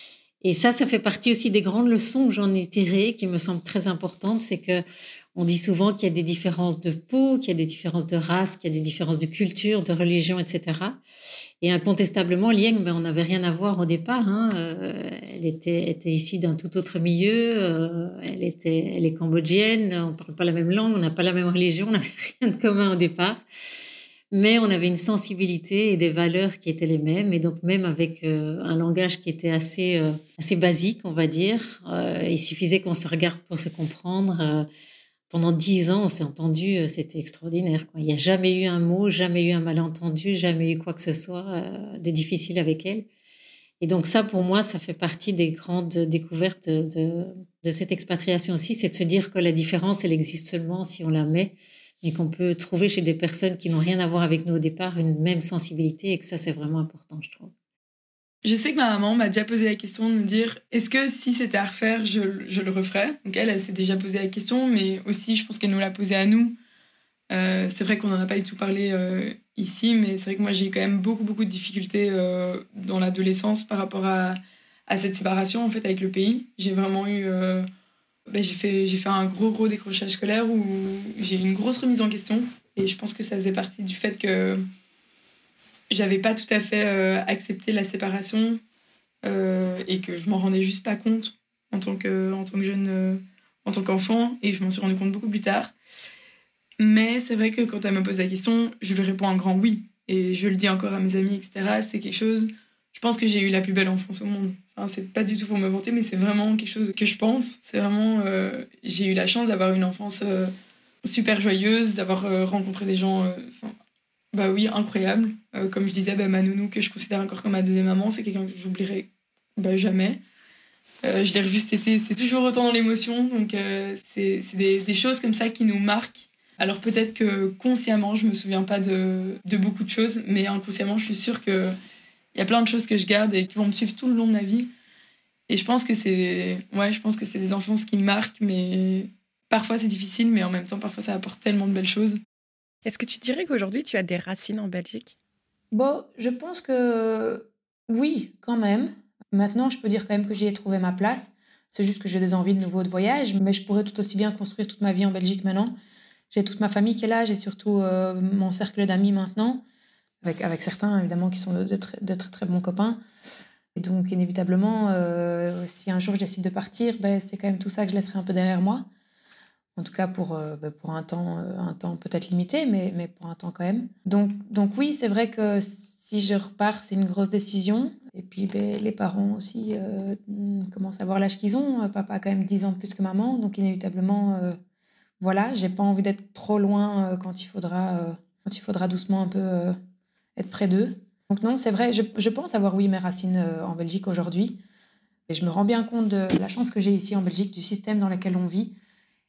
Et ça, ça fait partie aussi des grandes leçons que j'en ai tirées, qui me semblent très importantes. C'est que on dit souvent qu'il y a des différences de peau, qu'il y a des différences de race, qu'il y a des différences de culture, de religion, et cetera. Et incontestablement, Lieng, ben, on n'avait rien à voir au départ. Hein. Euh, elle était, était issue d'un tout autre milieu. Euh, elle, était, elle est cambodgienne. On ne parle pas la même langue, on n'a pas la même religion, on n'avait rien de commun au départ. Mais on avait une sensibilité et des valeurs qui étaient les mêmes. Et donc, même avec euh, un langage qui était assez, euh, assez basique, on va dire, euh, il suffisait qu'on se regarde pour se comprendre. Euh, Pendant dix ans, on s'est entendu, c'était extraordinaire, quoi. Il n'y a jamais eu un mot, jamais eu un malentendu, jamais eu quoi que ce soit euh, de difficile avec elle. Et donc ça, pour moi, ça fait partie des grandes découvertes de, de, de cette expatriation aussi, c'est de se dire que la différence, elle existe seulement si on la met, mais qu'on peut trouver chez des personnes qui n'ont rien à voir avec nous au départ une même sensibilité et que ça, c'est vraiment important, je trouve.
Je sais que ma maman m'a déjà posé la question de me dire est-ce que si c'était à refaire, je, je le referais. Donc elle, elle s'est déjà posé la question, mais aussi je pense qu'elle nous l'a posée à nous. Euh, c'est vrai qu'on n'en a pas du tout parlé euh, ici, mais c'est vrai que moi j'ai eu quand même beaucoup beaucoup de difficultés euh, dans l'adolescence par rapport à, à cette séparation en fait avec le pays. J'ai vraiment eu, euh, ben, j'ai fait j'ai fait un gros gros décrochage scolaire où j'ai eu une grosse remise en question et je pense que ça faisait partie du fait que j'avais pas tout à fait euh, accepté la séparation euh, et que je m'en rendais juste pas compte en tant que, en tant que jeune, euh, en tant qu'enfant, et je m'en suis rendu compte beaucoup plus tard. Mais c'est vrai que quand elle me pose la question, je lui réponds un grand oui. Et je le dis encore à mes amis, et cetera. C'est quelque chose... Je pense que j'ai eu la plus belle enfance au monde. Enfin, c'est pas du tout pour me vanter, mais c'est vraiment quelque chose que je pense. C'est vraiment... Euh, j'ai eu la chance d'avoir une enfance euh, super joyeuse, d'avoir euh, rencontré des gens... Euh, Bah oui, incroyable. Euh, comme je disais, bah, ma nounou, que je considère encore comme ma deuxième maman, c'est quelqu'un que j'oublierai bah, jamais. Euh, je l'ai revue cet été, c'est toujours autant dans l'émotion. Donc, euh, c'est, c'est des, des choses comme ça qui nous marquent. Alors, peut-être que consciemment, je me souviens pas de, de beaucoup de choses, mais inconsciemment, je suis sûre qu'il y a plein de choses que je garde et qui vont me suivre tout le long de ma vie. Et je pense que c'est, ouais, je pense que c'est des enfances qui me marquent, mais parfois c'est difficile, mais en même temps, parfois ça apporte tellement de belles choses.
Est-ce que tu dirais qu'aujourd'hui, tu as des racines en Belgique ?
Bon, je pense que oui, quand même. Maintenant, je peux dire quand même que j'y ai trouvé ma place. C'est juste que j'ai des envies de nouveau de voyage, mais je pourrais tout aussi bien construire toute ma vie en Belgique maintenant. J'ai toute ma famille qui est là, j'ai surtout euh, mon cercle d'amis maintenant, avec, avec certains évidemment qui sont de, de, très, de très très bons copains. Et donc, inévitablement, euh, si un jour je décide de partir, ben, c'est quand même tout ça que je laisserai un peu derrière moi. En tout cas, pour, euh, pour un temps, euh, un temps peut-être limité, mais, mais pour un temps quand même. Donc, donc oui, c'est vrai que si je repars, c'est une grosse décision. Et puis, ben, les parents aussi euh, commencent à voir l'âge qu'ils ont. Papa a quand même dix ans de plus que maman. Donc, inévitablement, euh, voilà, j'ai pas envie d'être trop loin euh, quand, il faudra, euh, quand il faudra doucement un peu euh, être près d'eux. Donc non, c'est vrai, je, je pense avoir, oui, mes racines euh, en Belgique aujourd'hui. Et je me rends bien compte de la chance que j'ai ici en Belgique, du système dans lequel on vit.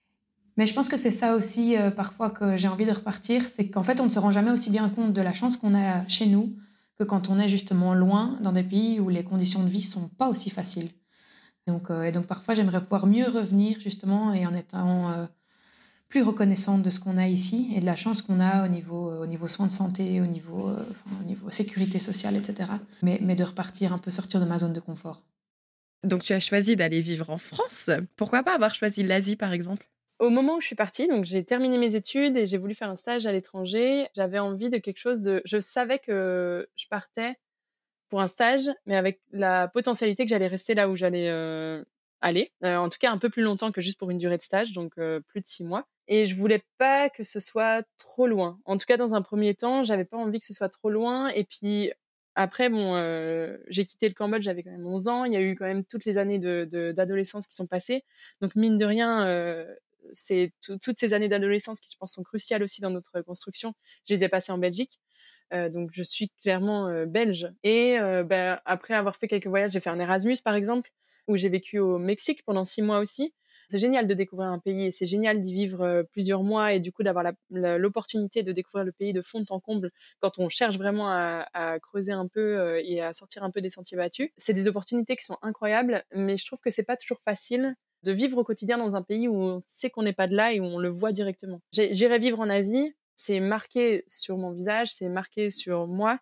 Mais je pense que c'est ça aussi, euh, parfois, que j'ai envie de repartir, c'est qu'en fait, on ne se rend jamais aussi bien compte de la chance qu'on a chez nous que quand on est justement loin, dans des pays où les conditions de vie sont pas aussi faciles. Donc, euh, et donc parfois, j'aimerais pouvoir mieux revenir justement et en étant euh, plus reconnaissante de ce qu'on a ici et de la chance qu'on a au niveau, euh, au niveau soins de santé, au niveau, euh, enfin, au niveau sécurité sociale, et cetera. Mais, mais de repartir un peu, sortir de ma zone de confort.
Donc tu as choisi d'aller vivre en France. Pourquoi pas avoir choisi l'Asie, par exemple?
Au moment où je suis partie, donc j'ai terminé mes études et j'ai voulu faire un stage à l'étranger, j'avais envie de quelque chose de... Je savais que je partais pour un stage, mais avec la potentialité que j'allais rester là où j'allais euh, aller. Euh, en tout cas, un peu plus longtemps que juste pour une durée de stage, donc euh, plus de six mois. Et je voulais pas que ce soit trop loin. En tout cas, dans un premier temps, j'avais pas envie que ce soit trop loin. Et puis après, bon, euh, j'ai quitté le Cambodge, j'avais quand même onze ans. Il y a eu quand même toutes les années de, de, d'adolescence qui sont passées. Donc mine de rien, euh, c'est t- toutes ces années d'adolescence qui, je pense, sont cruciales aussi dans notre construction. Je les ai passées en Belgique. Euh, donc je suis clairement euh, belge. Et euh, bah, après avoir fait quelques voyages, j'ai fait un Erasmus par exemple, où j'ai vécu au Mexique pendant six mois aussi. C'est génial de découvrir un pays et c'est génial d'y vivre euh, plusieurs mois et du coup d'avoir la, la, l'opportunité de découvrir le pays de fond en comble quand on cherche vraiment à, à creuser un peu euh, et à sortir un peu des sentiers battus. C'est des opportunités qui sont incroyables, mais je trouve que c'est pas toujours facile de vivre au quotidien dans un pays où on sait qu'on n'est pas de là et où on le voit directement. J'ai, j'irai vivre en Asie. C'est marqué sur mon visage, c'est marqué sur moi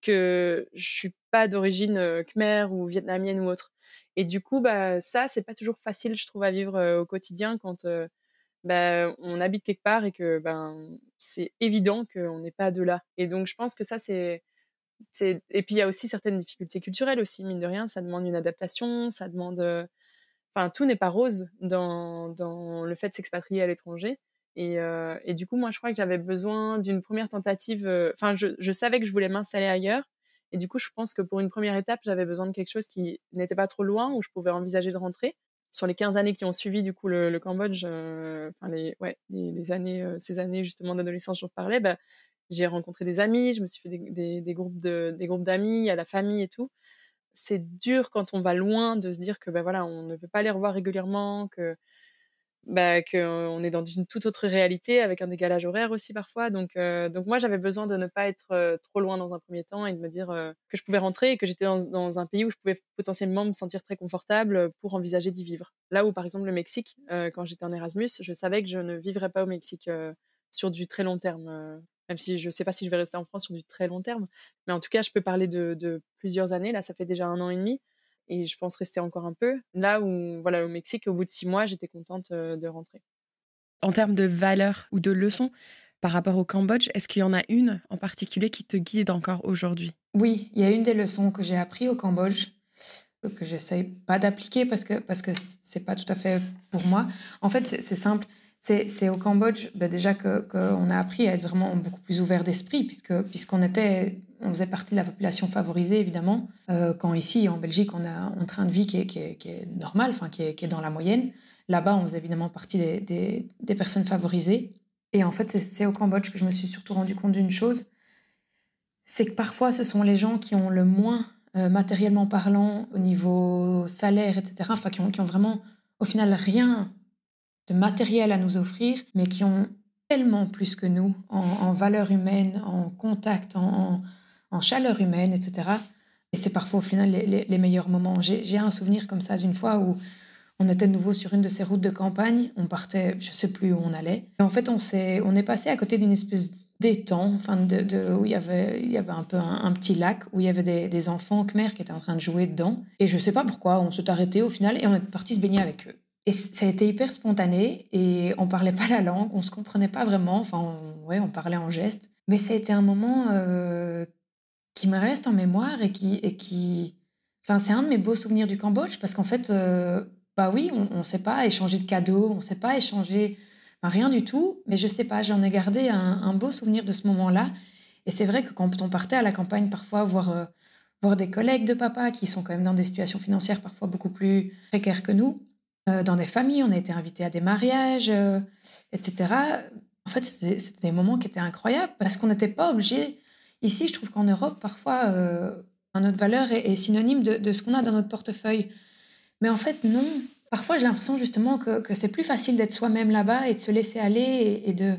que je suis pas d'origine euh, khmer ou vietnamienne ou autre. Et du coup, bah, ça, c'est pas toujours facile, je trouve, à vivre euh, au quotidien quand euh, bah, on habite quelque part et que ben, c'est évident qu'on n'est pas de là. Et donc, je pense que ça, c'est, c'est... Et puis, il y a aussi certaines difficultés culturelles aussi, mine de rien. Ça demande une adaptation, ça demande... euh, Enfin, tout n'est pas rose dans, dans le fait de s'expatrier à l'étranger. Et, euh, et du coup, moi, je crois que j'avais besoin d'une première tentative. euh, Enfin, je, je savais que je voulais m'installer ailleurs. Et du coup, je pense que pour une première étape, j'avais besoin de quelque chose qui n'était pas trop loin, où je pouvais envisager de rentrer. Sur les quinze années qui ont suivi, du coup, le, le Cambodge, euh, enfin, les, ouais, les, les années, euh, ces années, justement, d'adolescence dont je parlais, bah, j'ai rencontré des amis, je me suis fait des, des, des groupes de, des groupes d'amis, il y a la famille et tout. C'est dur quand on va loin de se dire que bah voilà, on ne peut pas les revoir régulièrement, que bah que euh, on est dans une toute autre réalité avec un décalage horaire aussi parfois. Donc euh, donc moi j'avais besoin de ne pas être euh, trop loin dans un premier temps et de me dire euh, que je pouvais rentrer et que j'étais dans, dans un pays où je pouvais potentiellement me sentir très confortable pour envisager d'y vivre. Là où par exemple le Mexique, euh, quand j'étais en Erasmus, je savais que je ne vivrais pas au Mexique euh, sur du très long terme. euh, même si je ne sais pas si je vais rester en France sur du très long terme. Mais en tout cas, je peux parler de, de plusieurs années. Là, ça fait déjà un an et demi. Et je pense rester encore un peu. Là où, voilà, au Mexique, au bout de six mois, j'étais contente euh, de rentrer.
En termes de valeurs ou de leçons par rapport au Cambodge, est-ce qu'il y en a une en particulier qui te guide encore aujourd'hui?
Oui, il y a une des leçons que j'ai appris au Cambodge, euh, que j'essaye pas d'appliquer parce que parce que c'est pas tout à fait pour moi. En fait, c'est c'est simple. C'est c'est au Cambodge, bah, déjà que qu'on a appris à être vraiment beaucoup plus ouvert d'esprit puisque puisqu'on était on faisait partie de la population favorisée évidemment. Euh, quand ici en Belgique on a un train de vie qui est, qui est, qui est normal, enfin qui est, qui est dans la moyenne. Là-bas, on faisait évidemment partie des, des, des personnes favorisées. Et en fait, c'est c'est au Cambodge que je me suis surtout rendu compte d'une chose, c'est que parfois, ce sont les gens qui ont le moins, euh, matériellement parlant, au niveau salaire, et cetera, enfin, qui ont, qui ont vraiment, au final, rien de matériel à nous offrir, mais qui ont tellement plus que nous en, en valeur humaine, en contact, en, en, en chaleur humaine, et cetera. Et c'est parfois, au final, les, les, les meilleurs moments. J'ai j'ai un souvenir comme ça d'une fois où on était de nouveau sur une de ces routes de campagne. On partait, je sais plus où on allait. Et en fait, on s'est, on est passé à côté d'une espèce d'étang, enfin de, de, où il y avait, il y avait un peu un, un petit lac où il y avait des, des enfants khmers qui étaient en train de jouer dedans. Et je sais pas pourquoi, on s'est arrêté au final et on est parti se baigner avec eux. Et ça a été hyper spontané et on parlait pas la langue, on se comprenait pas vraiment. Enfin, on, ouais, on parlait en gestes. Mais ça a été un moment euh, qui me reste en mémoire et qui, et qui, enfin, c'est un de mes beaux souvenirs du Cambodge parce qu'en fait, euh, bah oui, on ne sait pas échanger de cadeaux, on ne sait pas échanger, enfin, rien du tout. Mais je sais pas, j'en ai gardé un, un beau souvenir de ce moment-là. Et c'est vrai que quand on partait à la campagne, parfois voir, euh, voir des collègues de papa qui sont quand même dans des situations financières parfois beaucoup plus précaires que nous, euh, dans des familles, on a été invités à des mariages, euh, et cetera. En fait, c'était c'était des moments qui étaient incroyables parce qu'on n'était pas obligé. Ici, je trouve qu'en Europe, parfois, euh, notre valeur est, est synonyme de, de ce qu'on a dans notre portefeuille. Mais en fait, non. Parfois, j'ai l'impression justement que, que c'est plus facile d'être soi-même là-bas et de se laisser aller et, et de,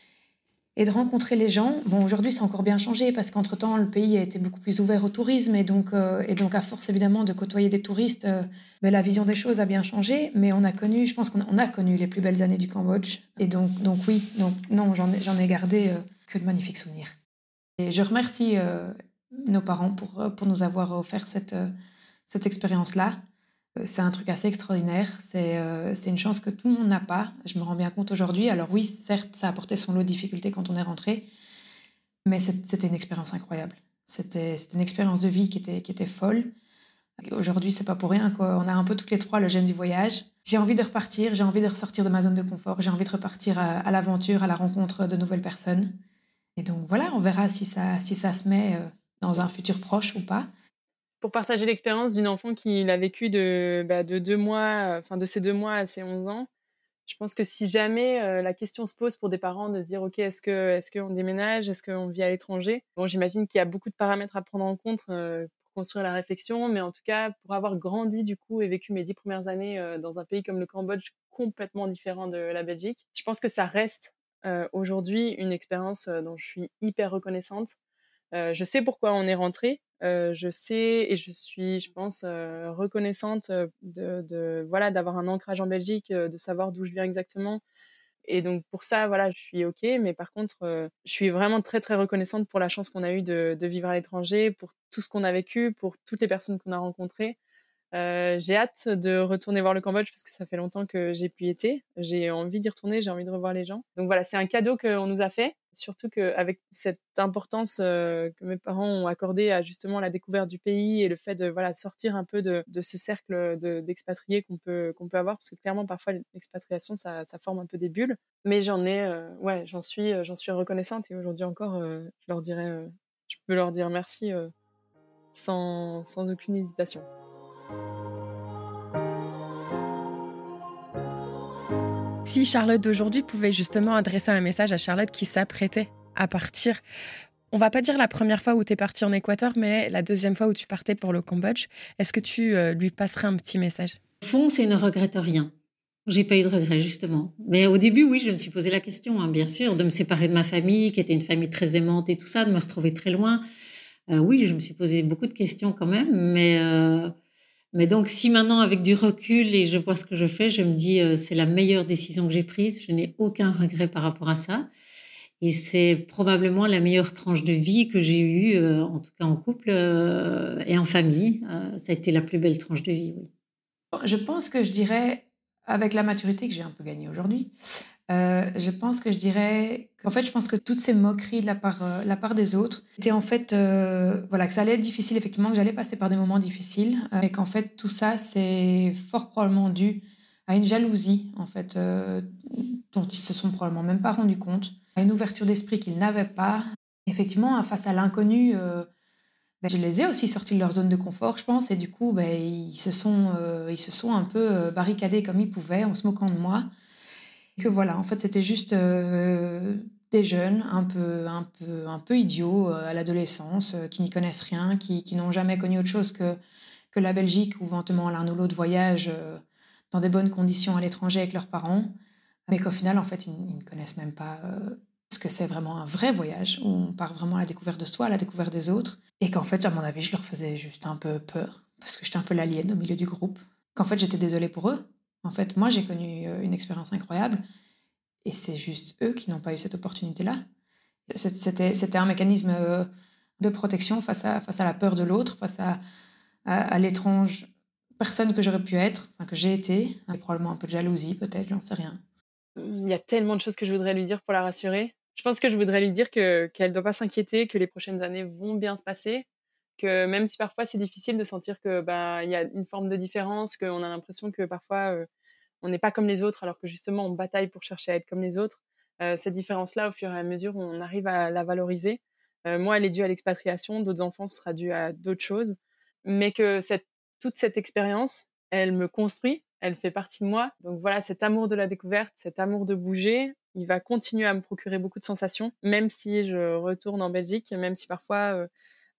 et de rencontrer les gens. Bon, aujourd'hui, c'est encore bien changé parce qu'entre-temps, le pays a été beaucoup plus ouvert au tourisme et donc, euh, et donc à force évidemment de côtoyer des touristes, euh, ben, la vision des choses a bien changé. Mais on a connu, je pense qu'on a, on a connu les plus belles années du Cambodge. Et donc, donc oui, donc non, j'en ai, j'en ai gardé euh, que de magnifiques souvenirs. Et je remercie euh, nos parents pour, euh, pour nous avoir offert cette, euh, cette expérience-là. Euh, C'est un truc assez extraordinaire. C'est euh, c'est une chance que tout le monde n'a pas. Je me rends bien compte aujourd'hui. Alors oui, certes, ça a apporté son lot de difficultés quand on est rentré, mais c'est- c'était une expérience incroyable. C'était c'était une expérience de vie qui était, qui était folle. Et aujourd'hui, c'est pas pour rien qu'on a un peu toutes les trois le gène du voyage. J'ai envie de repartir, j'ai envie de ressortir de ma zone de confort, j'ai envie de repartir à, à l'aventure, à la rencontre de nouvelles personnes. Et donc voilà, on verra si ça, si ça se met euh, dans un futur proche ou pas.
Pour partager l'expérience d'une enfant qui l'a vécu de, bah, de deux mois, enfin de ses deux mois à ses onze ans, je pense que si jamais euh, la question se pose pour des parents de se dire ok, est-ce que est-ce qu'on déménage, est-ce qu'on vit à l'étranger, bon, j'imagine qu'il y a beaucoup de paramètres à prendre en compte euh, pour construire la réflexion, mais en tout cas pour avoir grandi du coup et vécu mes dix premières années euh, dans un pays comme le Cambodge complètement différent de la Belgique, je pense que ça reste euh, aujourd'hui une expérience euh, dont je suis hyper reconnaissante. Euh, je sais pourquoi on est rentré. Euh, je sais et je suis, je pense, euh, reconnaissante euh, de, de voilà d'avoir un ancrage en Belgique, euh, de savoir d'où je viens exactement. Et donc pour ça, voilà, je suis ok. Mais par contre, euh, je suis vraiment très très reconnaissante pour la chance qu'on a eue de, de vivre à l'étranger, pour tout ce qu'on a vécu, pour toutes les personnes qu'on a rencontrées. Euh, j'ai hâte de retourner voir le Cambodge parce que ça fait longtemps que j'ai pu y être. J'ai envie d'y retourner, j'ai envie de revoir les gens. Donc voilà, c'est un cadeau qu'on nous a fait, surtout qu'avec cette importance euh, que mes parents ont accordée à justement la découverte du pays et le fait de voilà sortir un peu de, de ce cercle de, d'expatriés qu'on peut qu'on peut avoir, parce que clairement parfois l'expatriation ça, ça forme un peu des bulles. Mais j'en ai, euh, ouais, j'en suis j'en suis reconnaissante et aujourd'hui encore, euh, je leur dirais, euh, je peux leur dire merci euh, sans sans aucune hésitation.
Si Charlotte d'aujourd'hui pouvait justement adresser un message à Charlotte qui s'apprêtait à partir, on va pas dire la première fois où tu es partie en Équateur, mais la deuxième fois où tu partais pour le Cambodge, est-ce que tu euh, lui passerais un petit message ?
Fonce et ne regrette rien. J'ai pas eu de regrets, justement. Mais au début, oui, je me suis posé la question, hein, bien sûr, de me séparer de ma famille, qui était une famille très aimante et tout ça, de me retrouver très loin. Euh, oui, je me suis posé beaucoup de questions quand même, mais... Euh, Mais donc, si maintenant, avec du recul et je vois ce que je fais, je me dis euh, c'est la meilleure décision que j'ai prise. Je n'ai aucun regret par rapport à ça. Et c'est probablement la meilleure tranche de vie que j'ai eue, euh, en tout cas en couple euh, et en famille. Euh, ça a été la plus belle tranche de vie, oui.
Je pense que je dirais, avec la maturité que j'ai un peu gagnée aujourd'hui, euh, je pense que je dirais qu'en fait, je pense que toutes ces moqueries de la part, euh, la part des autres étaient en fait, euh, voilà, que ça allait être difficile, effectivement, que j'allais passer par des moments difficiles, euh, mais qu'en fait, tout ça, c'est fort probablement dû à une jalousie, en fait, euh, dont ils se sont probablement même pas rendus compte, à une ouverture d'esprit qu'ils n'avaient pas. Effectivement, face à l'inconnu, euh, ben, je les ai aussi sortis de leur zone de confort, je pense, et du coup, ben, ils se sont, euh, ils se sont un peu euh, barricadés comme ils pouvaient, en se moquant de moi. Que voilà, en fait, c'était juste euh, des jeunes un peu, un peu, un peu idiots euh, à l'adolescence, euh, qui n'y connaissent rien, qui, qui n'ont jamais connu autre chose que, que la Belgique, ou éventuellement l'un ou l'autre voyage euh, dans des bonnes conditions à l'étranger avec leurs parents, mais qu'au final, en fait, ils, ils ne connaissent même pas euh, ce que c'est vraiment un vrai voyage, où on part vraiment à la découverte de soi, à la découverte des autres, et qu'en fait, à mon avis, je leur faisais juste un peu peur, parce que j'étais un peu l'alien au milieu du groupe, qu'en fait, j'étais désolée pour eux. En fait, moi, j'ai connu euh, une expérience incroyable, et c'est juste eux qui n'ont pas eu cette opportunité-là. C'était, c'était un mécanisme euh, de protection face à, face à la peur de l'autre, face à, à, à l'étrange personne que j'aurais pu être, enfin, que j'ai été, et probablement un peu de jalousie, peut-être, j'en sais rien.
Il y a tellement de choses que je voudrais lui dire pour la rassurer. Je pense que je voudrais lui dire que, qu'elle ne doit pas s'inquiéter, que les prochaines années vont bien se passer, que même si parfois c'est difficile de sentir que bah, y a une forme de différence, qu'on a l'impression que parfois euh, on n'est pas comme les autres, alors que justement on bataille pour chercher à être comme les autres, euh, cette différence-là, au fur et à mesure, on arrive à la valoriser. Euh, moi, elle est due à l'expatriation, d'autres enfants, ce sera dû à d'autres choses, mais que cette, toute cette expérience, elle me construit, elle fait partie de moi. Donc voilà, cet amour de la découverte, cet amour de bouger, il va continuer à me procurer beaucoup de sensations, même si je retourne en Belgique, même si parfois euh,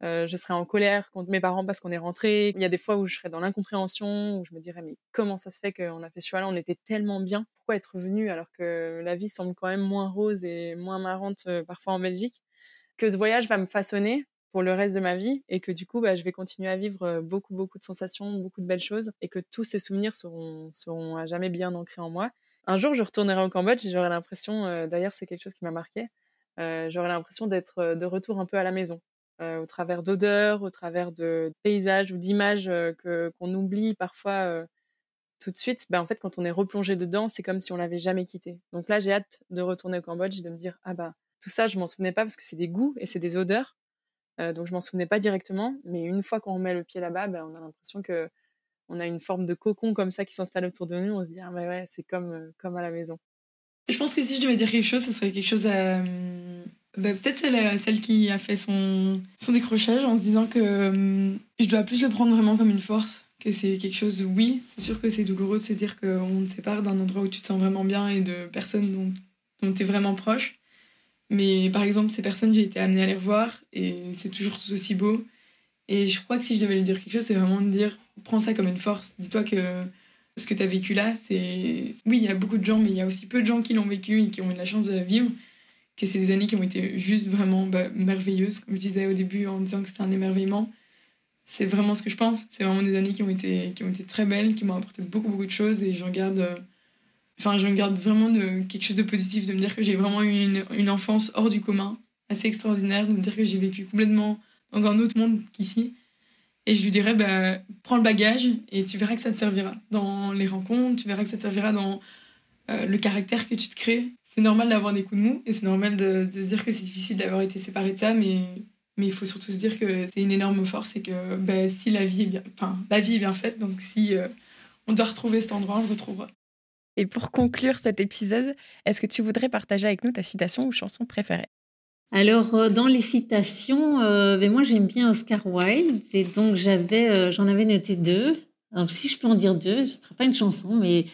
Euh, je serais en colère contre mes parents parce qu'on est rentrés. Il y a des fois où je serais dans l'incompréhension, où je me dirais mais comment ça se fait qu'on a fait ce choix-là, on était tellement bien, pourquoi être revenu alors que la vie semble quand même moins rose et moins marrante euh, parfois en Belgique, que ce voyage va me façonner pour le reste de ma vie et que du coup bah, je vais continuer à vivre beaucoup beaucoup de sensations, beaucoup de belles choses et que tous ces souvenirs seront, seront à jamais bien ancrés en moi. Un jour je retournerai au Cambodge et j'aurai l'impression, euh, d'ailleurs c'est quelque chose qui m'a marqué, euh, j'aurai l'impression d'être de retour un peu à la maison. Euh, au travers d'odeurs, au travers de paysages ou d'images euh, que, qu'on oublie parfois euh, tout de suite, bah, en fait, quand on est replongé dedans, c'est comme si on l'avait jamais quitté. Donc là, j'ai hâte de retourner au Cambodge et de me dire, ah bah, tout ça, je m'en souvenais pas parce que c'est des goûts et c'est des odeurs, euh, donc je m'en souvenais pas directement, mais une fois qu'on remet le pied là-bas, bah, on a l'impression que on a une forme de cocon comme ça qui s'installe autour de nous, on se dit, ah bah ouais, c'est comme, euh, comme à la maison.
Je pense que si je devais dire quelque chose, ce serait quelque chose à... Bah, peut-être celle, celle qui a fait son, son décrochage en se disant que euh, je dois plus le prendre vraiment comme une force, que c'est quelque chose, oui, c'est sûr que c'est douloureux de se dire qu'on te sépare d'un endroit où tu te sens vraiment bien et de personnes dont, dont tu es vraiment proche. Mais par exemple, ces personnes, j'ai été amenée à les revoir et c'est toujours tout aussi beau. Et je crois que si je devais lui dire quelque chose, c'est vraiment de dire, prends ça comme une force. Dis-toi que ce que tu as vécu là, c'est... Oui, il y a beaucoup de gens, mais il y a aussi peu de gens qui l'ont vécu et qui ont eu la chance de la vivre. Que c'est des années qui ont été juste vraiment bah, merveilleuses, comme je disais au début en disant que c'était un émerveillement. C'est vraiment ce que je pense. C'est vraiment des années qui ont été, qui ont été très belles, qui m'ont apporté beaucoup, beaucoup de choses et j'en garde, euh... enfin, j'en garde vraiment de, quelque chose de positif, de me dire que j'ai vraiment eu une, une enfance hors du commun, assez extraordinaire, de me dire que j'ai vécu complètement dans un autre monde qu'ici. Et je lui dirais, bah, prends le bagage et tu verras que ça te servira dans les rencontres, tu verras que ça te servira dans euh, le caractère que tu te crées. C'est normal d'avoir des coups de mou et c'est normal de, de se dire que c'est difficile d'avoir été séparé de ça, mais, mais il faut surtout se dire que c'est une énorme force et que bah, si la vie est bien, enfin, la vie est bien faite, donc si euh, on doit retrouver cet endroit, on le retrouvera.
Et pour conclure cet épisode, est-ce que tu voudrais partager avec nous ta citation ou chanson préférée ?
Alors, euh, dans les citations, euh, ben moi j'aime bien Oscar Wilde, et donc j'avais, euh, j'en avais noté deux. Alors, si je peux en dire deux, ce ne sera pas une chanson, mais...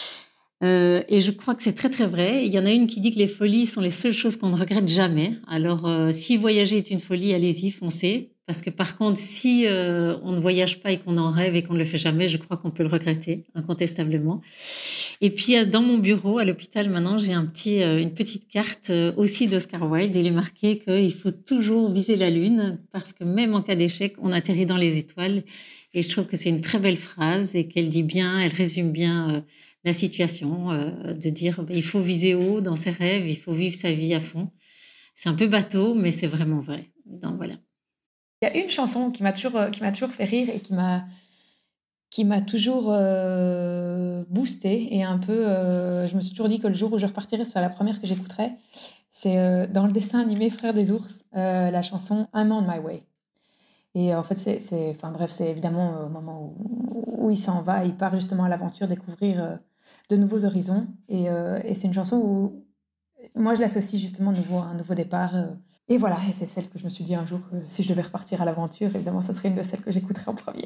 Euh, et je crois que c'est très très vrai. Il y en a une qui dit que les folies sont les seules choses qu'on ne regrette jamais. Alors, euh, si voyager est une folie, allez-y, foncez. Parce que par contre, si euh, on ne voyage pas et qu'on en rêve et qu'on ne le fait jamais, je crois qu'on peut le regretter, incontestablement. Et puis, euh, dans mon bureau, à l'hôpital, maintenant, j'ai un petit, euh, une petite carte euh, aussi d'Oscar Wilde. Il est marqué qu'il faut toujours viser la lune parce que même en cas d'échec, on atterrit dans les étoiles. Et je trouve que c'est une très belle phrase et qu'elle dit bien, elle résume bien... Euh, la situation, euh, de dire bah, il faut viser haut dans ses rêves, il faut vivre sa vie à fond. C'est un peu bateau, mais c'est vraiment vrai. Donc voilà.
Il y a une chanson qui m'a toujours, qui m'a toujours fait rire et qui m'a, qui m'a toujours euh, boostée et un peu... Euh, je me suis toujours dit que le jour où je repartirais, c'est la première que j'écouterais. C'est euh, dans le dessin animé Frères des ours, euh, la chanson I'm on my way. Et en fait, c'est, c'est, enfin, bref, c'est évidemment euh, au moment où, où il s'en va, il part justement à l'aventure découvrir euh, de nouveaux horizons. Et, euh, et c'est une chanson où moi, je l'associe justement nouveau, à un nouveau départ. Euh, et voilà, et c'est celle que je me suis dit un jour que si je devais repartir à l'aventure, évidemment, ça serait une de celles que j'écouterais en premier.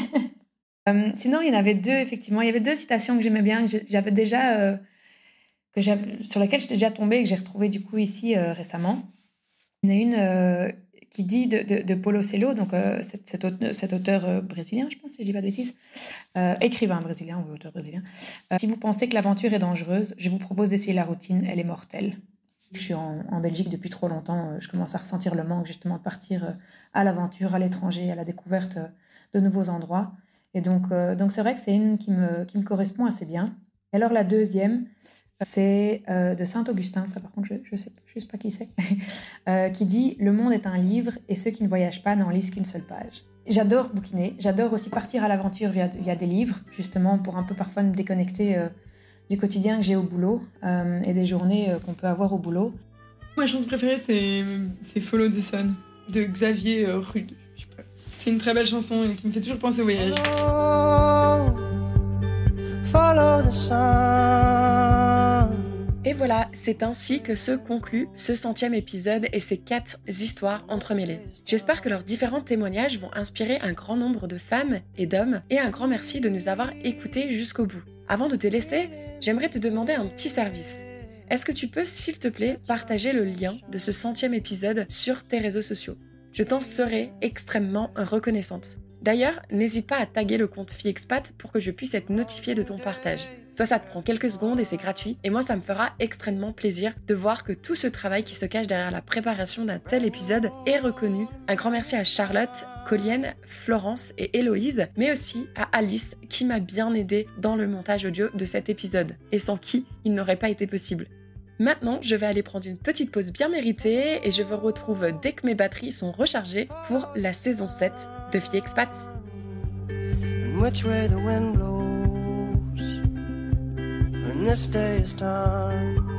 euh, sinon, il y en avait deux, effectivement. Il y avait deux citations que j'aimais bien, que j'avais déjà, euh, que j'avais, sur lesquelles j'étais déjà tombée et que j'ai retrouvées du coup ici euh, récemment. Il y en a une... Euh, qui dit de, de, de Paulo Coelho, donc euh, cet, cet, auteur, cet auteur euh, brésilien, je pense, si je dis pas de bêtises, euh, écrivain brésilien ou auteur brésilien. Euh, si vous pensez que l'aventure est dangereuse, je vous propose d'essayer la routine, elle est mortelle. Je suis en, en Belgique depuis trop longtemps, euh, je commence à ressentir le manque justement de partir euh, à l'aventure, à l'étranger, à la découverte euh, de nouveaux endroits. Et donc, euh, donc c'est vrai que c'est une qui me, qui me correspond assez bien. Et alors la deuxième, c'est euh, de Saint-Augustin, ça par contre je ne sais, sais pas qui c'est, euh, qui dit « Le monde est un livre et ceux qui ne voyagent pas n'en lisent qu'une seule page ». J'adore bouquiner, j'adore aussi partir à l'aventure via, via des livres, justement pour un peu parfois me déconnecter euh, du quotidien que j'ai au boulot euh, et des journées euh, qu'on peut avoir au boulot.
Ma chanson préférée, c'est, c'est Follow the Sun de Xavier euh, Rude. Je sais pas. C'est une très belle chanson qui me fait toujours penser au voyage.
Follow, follow the sun. Et voilà, c'est ainsi que se conclut ce centième épisode et ces quatre histoires entremêlées. J'espère que leurs différents témoignages vont inspirer un grand nombre de femmes et d'hommes et un grand merci de nous avoir écoutés jusqu'au bout. Avant de te laisser, j'aimerais te demander un petit service. Est-ce que tu peux, s'il te plaît, partager le lien de ce centième épisode sur tes réseaux sociaux ? Je t'en serai extrêmement reconnaissante. D'ailleurs, n'hésite pas à taguer le compte FilleExpat pour que je puisse être notifiée de ton partage. Toi, ça te prend quelques secondes et c'est gratuit. Et moi, ça me fera extrêmement plaisir de voir que tout ce travail qui se cache derrière la préparation d'un tel épisode est reconnu. Un grand merci à Charlotte, Colienne, Florence et Héloïse, mais aussi à Alice qui m'a bien aidée dans le montage audio de cet épisode. Et sans qui, il n'aurait pas été possible. Maintenant, je vais aller prendre une petite pause bien méritée et je vous retrouve dès que mes batteries sont rechargées pour la saison sept de FilleExpat.
And which way the wind blows when this day is done.